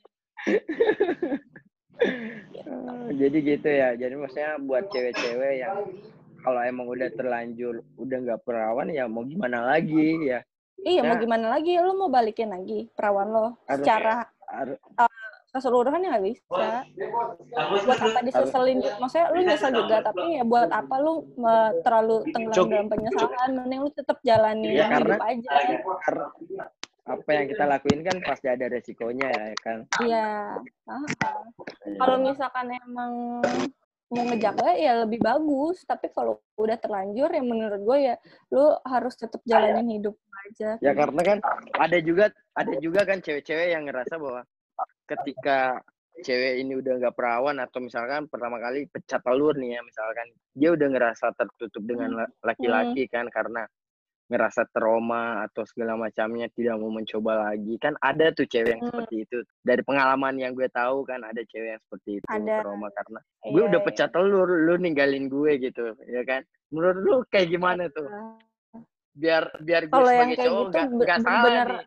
Jadi gitu ya. Jadi maksudnya buat cewek-cewek yang kalau emang udah terlanjur udah nggak perawan ya mau gimana lagi ya. Iya, mau Nah, gimana lagi? Lo mau balikin lagi perawan lo secara keseluruhan ya nggak bisa. Buat apa diseselin? Maksudnya lu nyesel juga, tapi ya buat apa lu terlalu tenggelam dalam penyesalan? Mending lu tetap jalani ya, hidup aja. Karena apa yang kita lakuin kan pasti ada resikonya ya kan. Iya. Kalau misalkan emang mau ngejaga ya lebih bagus, tapi kalau udah terlanjur ya menurut gue ya lu harus tetap jalanin hidup aja. Ya karena kan ada juga kan cewek-cewek yang ngerasa bahwa ketika cewek ini udah nggak perawan atau misalkan pertama kali pecah telur nih ya, misalkan dia udah ngerasa tertutup dengan laki-laki kan karena ngerasa trauma atau segala macamnya, tidak mau mencoba lagi. Kan ada tuh cewek yang seperti itu. Dari pengalaman yang gue tahu kan ada cewek yang seperti itu, trauma karena gue udah pecah telur, lu ninggalin gue gitu, ya kan? Menurut lu kayak gimana tuh? Biar gue sebagai cowok nggak salah nih.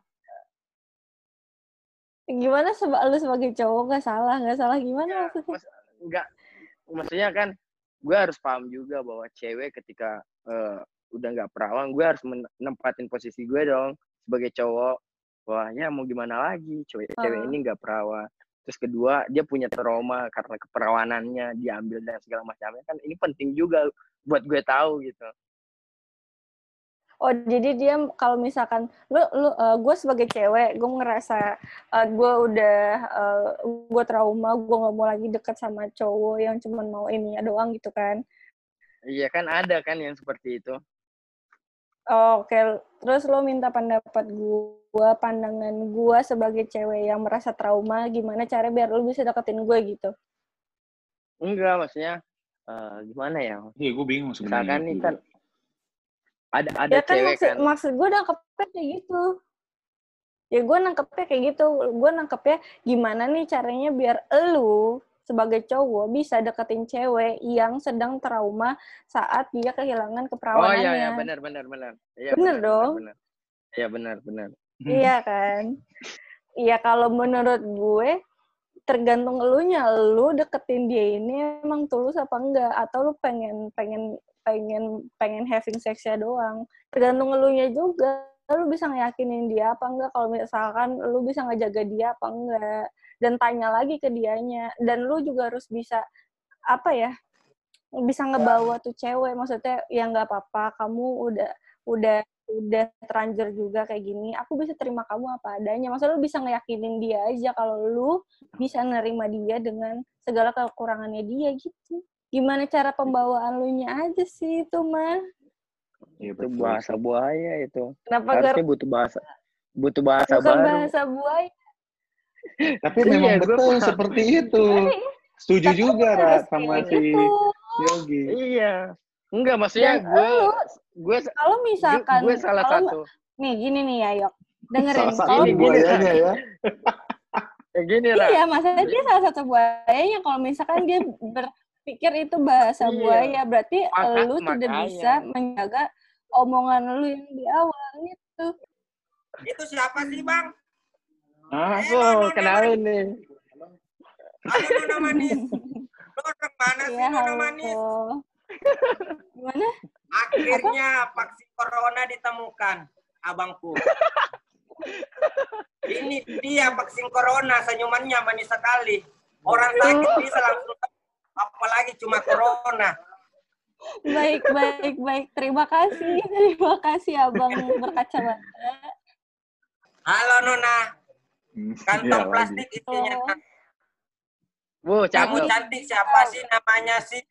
Gimana lu sebagai cowok nggak salah gimana maksudnya? Maksudnya kan gue harus paham juga bahwa cewek ketika udah nggak perawan, gue harus menempatin posisi gue dong sebagai cowok. Wah ya mau gimana lagi, cewek ini nggak perawan. Terus kedua dia punya trauma karena keperawanannya diambil dan segala macamnya, kan ini penting juga buat gue tahu gitu. Oh, jadi dia kalau misalkan gue sebagai cewek, gue ngerasa gue trauma, gue nggak mau lagi deket sama cowok yang cuma mau ininya doang gitu kan? Iya kan ada kan yang seperti itu. Oh, oke. Terus lo minta pendapat gue, pandangan gue sebagai cewek yang merasa trauma, gimana cara biar lo bisa deketin gue gitu? Enggak, maksudnya gimana ya? Iya, gue bingung sebenarnya. Misalkan nih kan ada ya kan cewek maksud gue nangkepnya kayak gitu. Ya gue nangkepnya kayak gitu. Gue nangkepnya gimana nih caranya biar elu sebagai cowok bisa deketin cewek yang sedang trauma saat dia kehilangan keperawanannya. Oh iya, benar. Iya, benar dong. Iya benar. Iya kan. Iya kalau menurut gue tergantung elunya, lu deketin dia ini emang tulus apa enggak, atau lu pengen having sex-nya doang. Tergantung elunya juga, lu bisa ngeyakinin dia apa enggak, kalau misalkan lu bisa ngejaga dia apa enggak, dan tanya lagi ke dianya. Dan lu juga harus bisa bisa ngebawa tuh cewek, maksudnya ya nggak apa-apa, kamu udah terlanjur juga kayak gini, aku bisa terima kamu apa adanya. Maksudnya lu bisa ngeyakinin dia aja kalau lu bisa nerima dia dengan segala kekurangannya dia gitu. Gimana cara pembawaan lu nya aja sih itu mah. Itu bahasa buaya itu. Kenapa harusnya butuh bahasa bukan baru. Bahasa buaya. Tapi memang betul seperti itu. Setuju juga Ra sama si Yogi. Iya. Enggak, maksudnya gue kalau misalkan gue salah satu. Nih gini nih ya, Yok. Dengerin. Salah satu buayanya ya. Gini, Ra. Iya, maksudnya dia salah satu buayanya. Kalau misalkan dia berpikir itu bahasa buaya, berarti lu tidak bisa menjaga omongan lu yang di awal itu. Itu siapa sih, Bang? Aku kenalin nih. Halo, Nona Manis. Lu orang mana sih, Nona Manis? Gimana? Akhirnya vaksin corona ditemukan, abangku. Ini dia vaksin corona, senyumannya manis sekali. Orang sakit bisa langsung, apalagi cuma corona. Baik. Terima kasih Abang berkacamata. Halo Nona. Kantong plastik isinya. Kamu cantik, siapa sih namanya sih?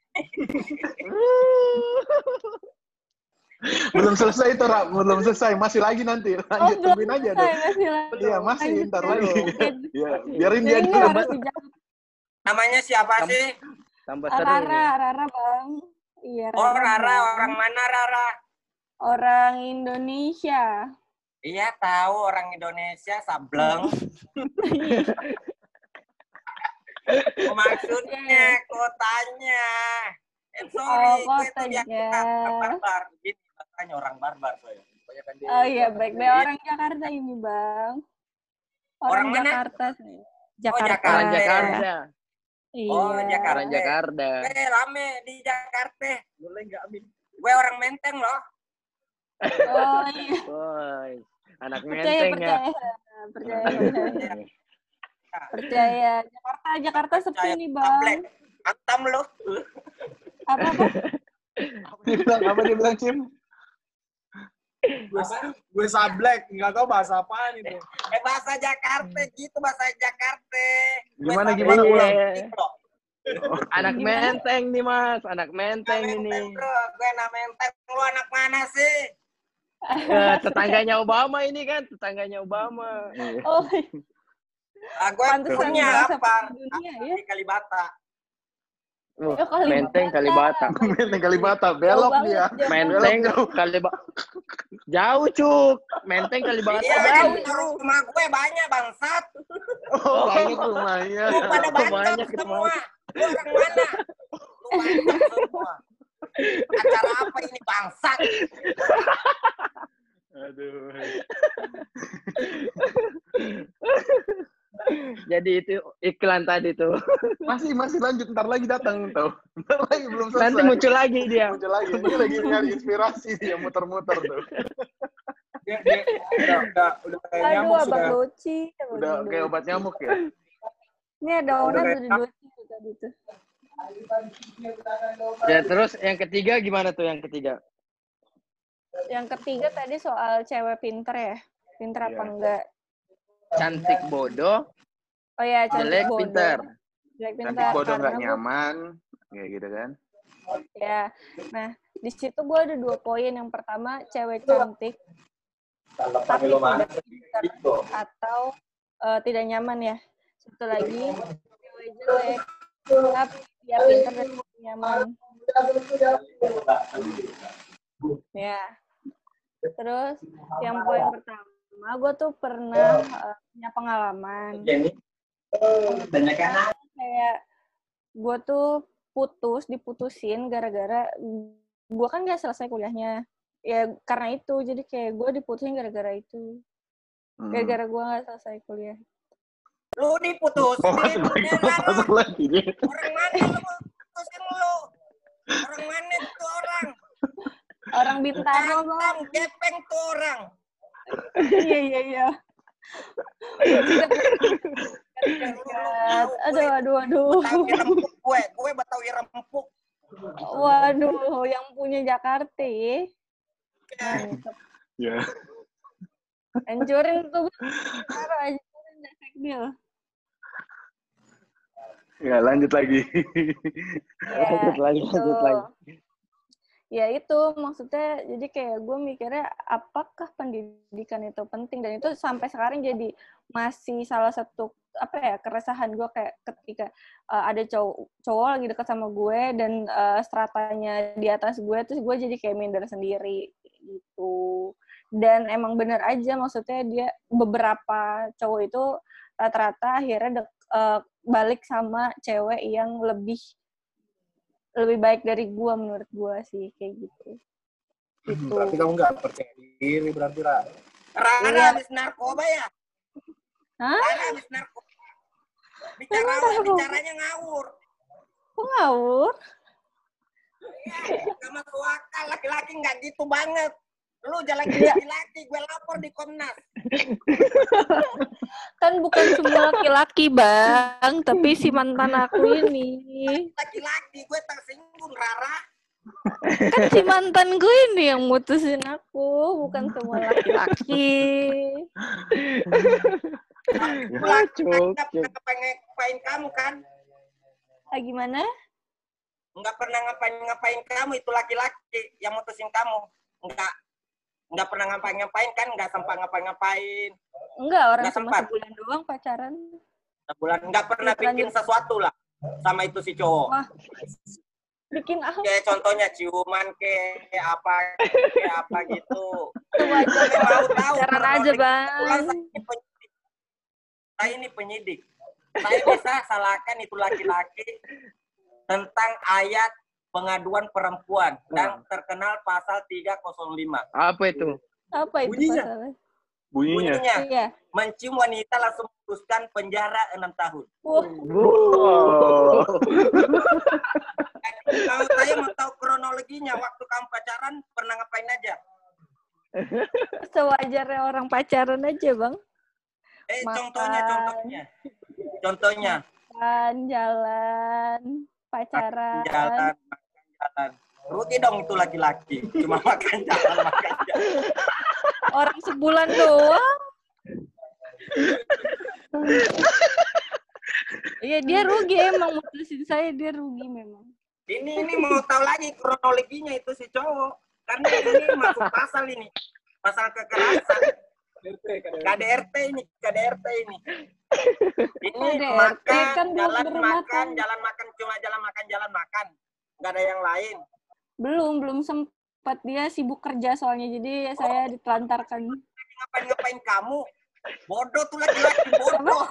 Belum selesai itu, Ra. Belum selesai. Masih lagi nanti. Lanjut, tungguin aja deh. Iya, masih. Ntar lagi. Ya, biarin dia dulu. Namanya siapa sih? Rara, Bang. Iya, Rara. Oh, Rara. Orang mana, Rara? Orang Indonesia. Iya, tahu orang Indonesia, sableng. Maksudnya kotanya. Sorry, gue itu biasa barbar. Gini katanya orang barbar saya. Oh iya, baik. Orang Jakarta ini, Bang. Orang Jakarta sih. Jakarta. Orang Jakarta. Iya. Oh, Jakarta. Orang Jakarta. Rame di Jakarta. Boleh nggak, Amin? Gue orang Menteng loh. Oh iya. Woy, anak Menteng ya. Percaya. Jakarta sepi nih, Bang. Atam lo. Apa? Apa dia bilang, Cim? Gue sablek, nggak tahu bahasa apaan itu. Bahasa Jakarta gitu, bahasa Jakarta. Gimana Anak Menteng nih, Mas. Anak Menteng ini. Bro, gue anak Menteng. Lu anak mana sih? Tetangganya Obama ini kan, tetangganya Obama. Oh. Gue punya apa? Ya? Di Kalibata. Menteng Kalibata. Menteng Kalibata, belok dia. Menteng Kalibata. Jauh, Cuk. Menteng Kalibata. Iya, jauh. Rumah gue banyak, bangsat. Oh, banyak rumahnya. Lu pada bangsat semua. Lu orang mana? Lu bangsat semua. Acara apa ini, bangsat? Aduh. Jadi itu iklan tadi tuh. Masih lanjut, ntar lagi datang tuh. Ntar lagi belum selesai. Nanti muncul lagi dia. Muncul lagi. Dia lagi nyari inspirasi dia muter-muter tuh. Dia udah kayak nyamuk sudah. Udah kayak obat nyamuk ya. Ini ada orang tuh di Doci tadi tuh. Ya terus yang ketiga gimana tuh yang ketiga? Yang ketiga tadi soal cewek pinter ya. Pinter apa enggak? Cantik bodoh. Oh ya, cantik jelek bodoh. Pinter. Jelek pinter. Cantik bodoh nggak nyaman, kayak gitu kan? Ya, nah di situ gue ada 2 poin. Yang pertama, cewek cantik tapi tidak pinter atau tidak nyaman ya. Satu lagi, cewek jelek tapi dia pinter dan nyaman. Ya. Terus yang poin pertama, gue tuh pernah punya pengalaman. Kayak gue tuh diputusin gara-gara gue kan gak selesai kuliahnya. Ya karena itu, jadi kayak gue diputusin gara-gara itu. Gara-gara gue gak selesai kuliah. Lu diputusin? Masuk lagi dia. Orang mana lu putusin lu? Orang mana tuh orang? Orang Bintaro, Bang. Gepeng tuh orang. Iya. Aduh. Gue Betawi rempuk. Waduh, yang punya Jakarta. Mantep. Ya. Hancurin tuh. Hancurin efek deal. Ya, lanjut lagi. Lanjut lagi. Ya itu maksudnya, jadi kayak gue mikirnya apakah pendidikan itu penting, dan itu sampai sekarang jadi masih salah satu keresahan gue, kayak ketika ada cowok lagi dekat sama gue dan stratanya di atas gue, terus gue jadi kayak minder sendiri gitu. Dan emang bener aja, maksudnya dia beberapa cowok itu rata-rata akhirnya balik sama cewek yang lebih baik dari gue, menurut gue sih kayak gitu. Berarti kamu nggak percaya diri berarti, Ra? Rara habis narkoba ya? Hah? Rara habis narkoba. Bicaranya ngawur. Kok ngawur? Iya, gak masuk akal. Laki-laki nggak gitu banget. Lu jalan laki-laki, gue lapor di Komnas. Kan bukan semua laki-laki, Bang, tapi si mantan aku ini. Laki-laki, gue tersinggung, Rara. Kan si mantan gue ini yang mutusin aku, bukan semua laki-laki. Laki-laki nggak pernah ngapain kamu kan? Gimana? Nggak pernah ngapain kamu, itu laki-laki yang mutusin kamu. Nggak pernah ngapain kan, nggak sempat ngapain. Enggak, orang cuma sebulan doang pacaran. Sebulan, nggak pernah bikin sesuatu lah sama itu si cowok. Wah, bikin apa? Kayak contohnya ciuman kayak apa gitu. Mau tahu. Pacaran aja, Bang. Saya ini penyidik. Saya bisa salahkan itu laki-laki tentang ayat pengaduan perempuan dan terkenal pasal 305. Apa itu? Apa itu Bunyinya. pasalnya? Bunyinya. Iya. Mencium wanita langsung memutuskan penjara 6 tahun. Wah, Oh. Kalau saya mau tahu kronologinya, waktu kamu pacaran pernah ngapain aja? sewajarnya orang pacaran aja, Bang. Makan. Contohnya. Makan, jalan, pacaran. Jalan. Rugi dong itu laki-laki. Cuma makan jalan. Orang sebulan doang. Iya, dia rugi emang, mutusin saya, dia rugi memang. Ini mau tahu lagi kronologinya itu si cowok. Karena ini masuk pasal ini. Pasal kekerasan. KDRT ini. Ini makan, kan jalan makan, cuma jalan makan. Nggak ada yang lain. Belum sempat, dia sibuk kerja soalnya, jadi saya ditelantarkan. Ngapain kamu? Bodoh tuh laki-laki, bodoh.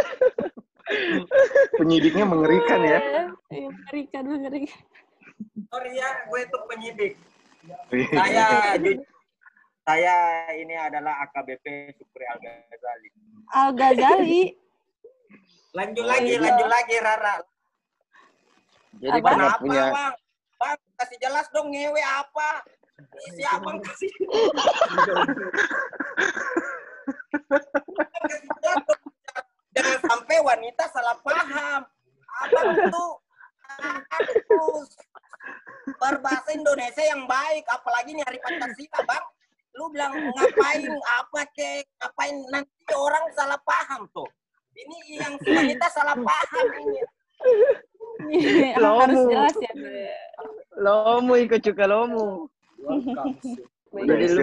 Penyidiknya mengerikan ya. Iya, mengerikan. Sorry ya, gue itu penyidik. Iya. Saya ini adalah AKBP Supri Al-Ghazali. Al-Ghazali. Lanjut lagi, Rara. Jadi Apa? karena Kenapa, punya Bang, kasih jelas dong ngewe apa? Si Abang kasih. Jangan sampai wanita salah paham. Abang tuh harus berbahasa Indonesia yang baik, apalagi nih hari Pancasila, Bang. Lu bilang ngapain apa kek, ngapain, nanti orang salah paham tuh. Ini yang wanita salah paham ini. Harus jelas ya. lomu ikut juga lomu. Jadi lu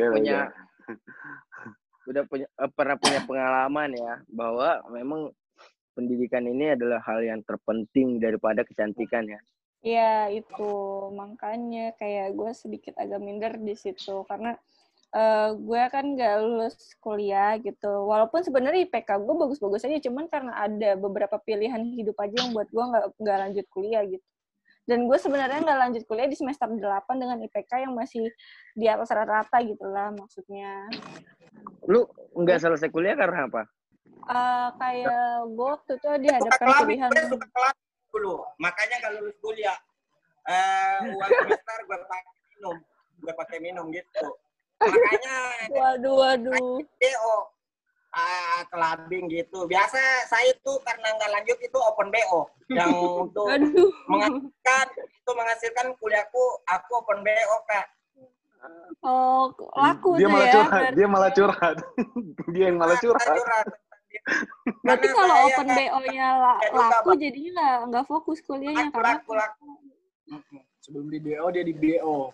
pernah punya pengalaman ya bahwa memang pendidikan ini adalah hal yang terpenting daripada kecantikan ya. Iya, itu makanya kayak gue sedikit agak minder di situ karena gue kan nggak lulus kuliah gitu. Walaupun sebenarnya IPK gue bagus-bagus aja, cuman karena ada beberapa pilihan hidup aja yang buat gue nggak lanjut kuliah gitu. Dan gue sebenarnya nggak lanjut kuliah di semester 8 dengan IPK yang masih di atas rata-rata gitu lah maksudnya. Lu nggak selesai kuliah karena apa? Kayak gue waktu itu dihadapkan pilihan. Suka kelas dulu, makanya nggak lulus kuliah. Uang semester gue pakai minum gitu. Makanya Waduh. BO kelabing gitu. Biasa saya tuh karena nggak lanjut itu open BO yang untuk menghasilkan kuliahku, aku open BO, Kak. Oh, laku dia tuh malah ya. curhat. Dia malah curhat. Dia yang malah curhat. Berarti kalau open BO-nya laku jadinya nggak fokus kuliahnya karena laku. Sebelum di BO dia di BO.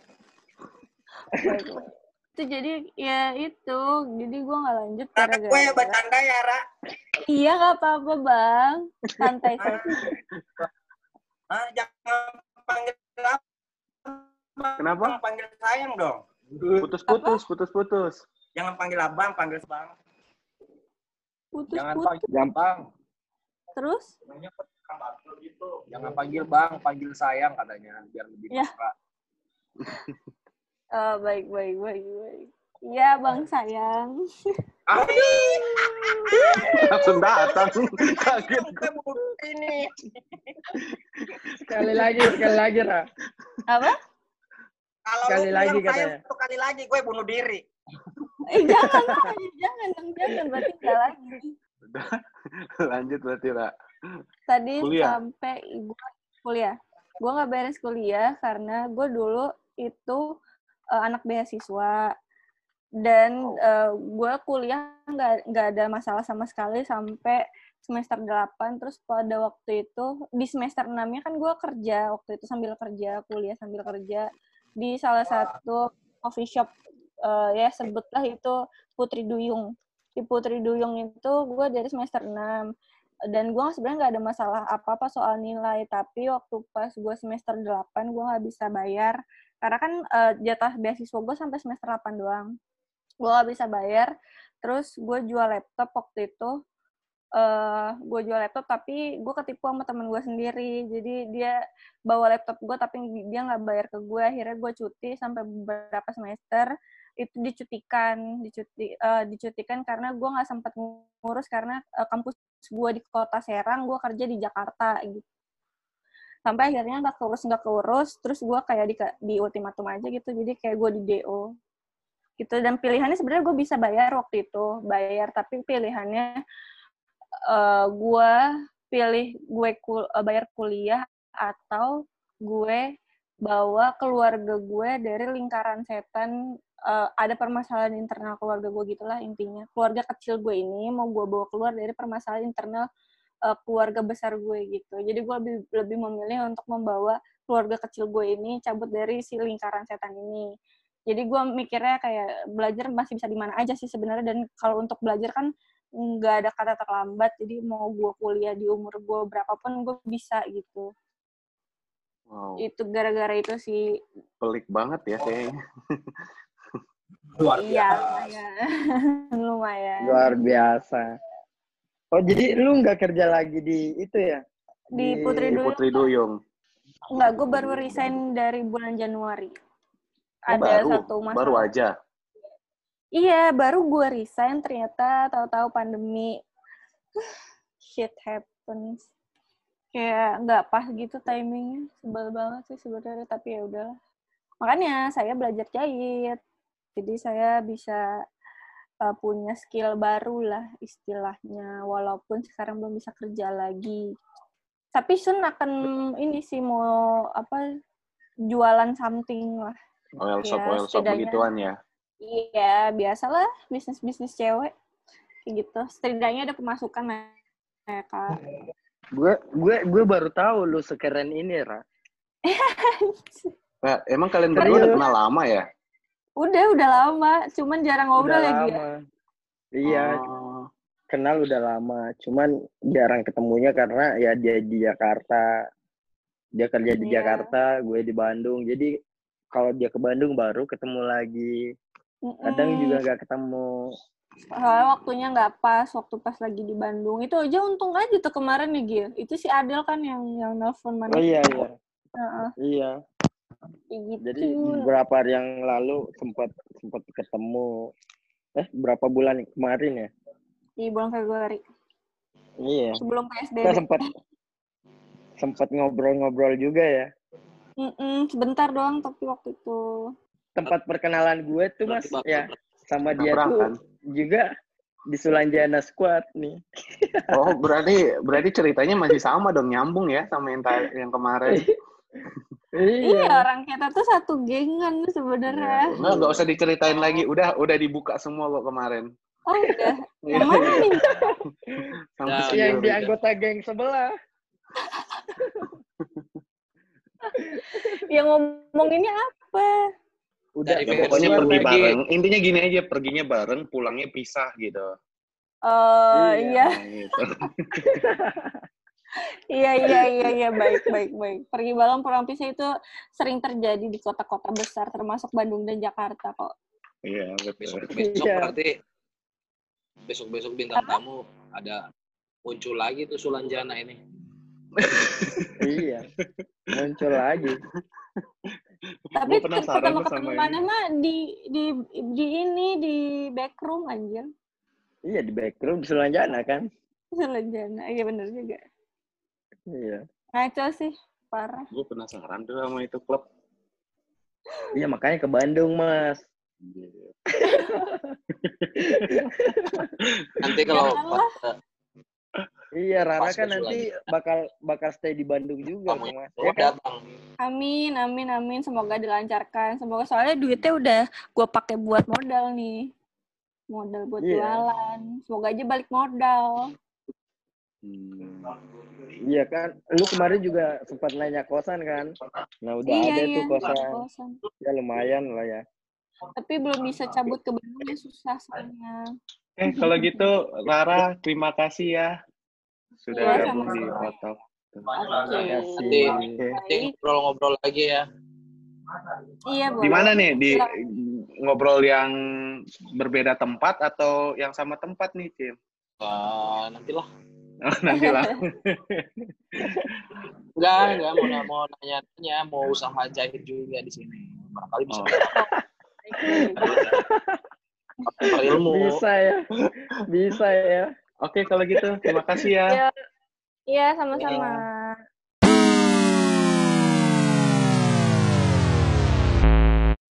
itu jadi ya itu jadi gue nggak lanjut Karena gue bercanda ya, Ra. Iya, nggak apa-apa, Bang, santai saja. Jangan panggil Kenapa? Panggil sayang dong. Putus. Jangan panggil abang, panggil bang. Jangan Putus. panggil bang. Terus? Jangan panggil bang, panggil sayang katanya biar lebih mesra. Baik. Iya, Bang sayang. Langsung datang. Kaget. Ini. Sekali lagi, Ra. Apa? Kalau Sekali lu lagi bilang katanya. sayang, satu kali lagi gue bunuh diri. Jangan berarti enggak lagi. Udah. Lanjut berarti, Ra. Tadi Kuliah. sampai gue kuliah. Gue nggak beres kuliah karena gue dulu itu anak beasiswa dan gue kuliah nggak ada masalah sama sekali sampai semester 8. Terus pada waktu itu di semester 6-nya kan gue kerja waktu itu kuliah sambil kerja di salah satu coffee shop, ya sebutlah itu Putri Duyung. Di Putri Duyung itu gue dari semester 6 dan gue sebenarnya nggak ada masalah apa-apa soal nilai, tapi waktu pas gue semester 8 gue nggak bisa bayar karena kan jatah beasiswa gue sampai semester 8 doang. Gue nggak bisa bayar, terus gue jual laptop waktu itu gue jual laptop tapi gue ketipu sama teman gue sendiri. Jadi dia bawa laptop gue tapi dia nggak bayar ke gue. Akhirnya gue cuti sampai beberapa semester. Itu dicutikan karena gue nggak sempat ngurus karena kampus gue di kota Serang, gue kerja di Jakarta gitu. Sampai akhirnya nggak keurus, terus gue kayak di ultimatum aja gitu. Jadi kayak gue di DO gitu. Dan pilihannya sebenarnya gue bisa bayar waktu itu, tapi pilihannya gue bayar kuliah atau gue bawa keluarga gue dari lingkaran setan. Ada permasalahan internal keluarga gue gitulah intinya. Keluarga kecil gue ini mau gue bawa keluar dari permasalahan internal keluarga besar gue gitu. Jadi gue lebih memilih untuk membawa keluarga kecil gue ini cabut dari si lingkaran setan ini. Jadi gue mikirnya kayak belajar masih bisa di mana aja sih sebenarnya. Dan kalau untuk belajar kan nggak ada kata terlambat. Jadi mau gue kuliah di umur gue berapapun gue bisa gitu. Wow. Itu gara-gara itu sih. Pelik banget ya kayaknya. Iya, lumayan. Luar biasa. Oh, jadi lu nggak kerja lagi di itu ya? Di Putri Duyung. Enggak, gue baru resign dari bulan Januari. Baru aja? Iya, baru gue resign ternyata tahu-tahu pandemi. Shit happens. Kayak nggak pas gitu timingnya. Sebel banget sih sebenarnya, tapi ya udahlah. Makanya saya belajar jahit. Jadi saya bisa punya skill baru lah istilahnya, walaupun sekarang belum bisa kerja lagi. Tapi Sun akan ini sih mau jualan something lah. Oil shop begituan ya? Iya, biasalah bisnis cewek kayak gitu. Setidaknya ada pemasukan ya Kak. Gue baru tahu lu sekeren ini, Ra. Nah, emang kalian berdua udah kenal lama ya? Udah lama, cuman jarang ngobrol lagi ya. Iya, kenal udah lama, cuman jarang ketemunya karena ya dia di Jakarta. Dia kerja di Jakarta, gue di Bandung. Jadi kalau dia ke Bandung baru ketemu lagi. Kadang juga nggak ketemu. Soalnya waktunya nggak pas, waktu pas lagi di Bandung. Itu aja untung aja tuh kemarin nih, Gil. Itu si Adel kan yang nelfon mana. Oh iya. Iya. Gitu. Jadi beberapa hari yang lalu sempat ketemu. Berapa bulan kemarin ya? Di bulan Februari. Iya. Sebelum PSBB. Kita sempat ngobrol-ngobrol juga ya. Sebentar doang tapi waktu itu. Tempat perkenalan gue tuh Mas ya sama dia tuh juga di Sulanjana Squad nih. Oh, berarti ceritanya masih sama dong, nyambung ya sama yang kemarin. Iya, orang kita tuh satu gengan sebenarnya. Nggak usah diceritain lagi, udah dibuka semua kok kemarin. Oh udah, yang mana nih? Yang di anggota geng sebelah. Yang ngomonginnya apa? Udah, pokoknya pergi bareng. Intinya gini aja, perginya bareng, pulangnya pisah gitu. Iya. Gitu. Iya, baik. Pergi bareng pulang pisah itu sering terjadi di kota-kota besar, termasuk Bandung dan Jakarta kok. Iya, betul. Besok berarti besok bintang tamu ada muncul lagi tuh Sulanjana ini. Iya, muncul lagi. Tapi pertama ketemu mana mah di backroom anjir. Iya, di backroom di Sulanjana kan? Sulanjana, iya bener juga. Iya. Ngaco sih, parah. Gue penasaran tuh sama itu klub. Iya, makanya ke Bandung, Mas. Nanti kalau iya, Rara kan nanti bakal stay di Bandung juga, Mas. Ya kan? Amin. Semoga dilancarkan. Semoga soalnya duitnya udah gue pakai buat modal nih. Modal buat jualan. Semoga aja balik modal. Iya kan, lu kemarin juga sempat nanya kosan kan? Nah udah ada tuh kosan. Ya lumayan lah ya. Tapi belum bisa cabut ke Bandung ya susah soalnya. Kalau gitu Rara terima kasih ya sudah gabung di Otok. Nanti ngobrol lagi ya. Iya, boleh. Di mana nih? Di ngobrol yang berbeda tempat atau yang sama tempat nih, Cim? Nantilah. Oh, nantilah. Enggak mau nanya, mau usaha jahit juga di sini. Barangkali bisa. Ilmu. Bisa ya. Oke, kalau gitu terima kasih ya. Iya, sama-sama.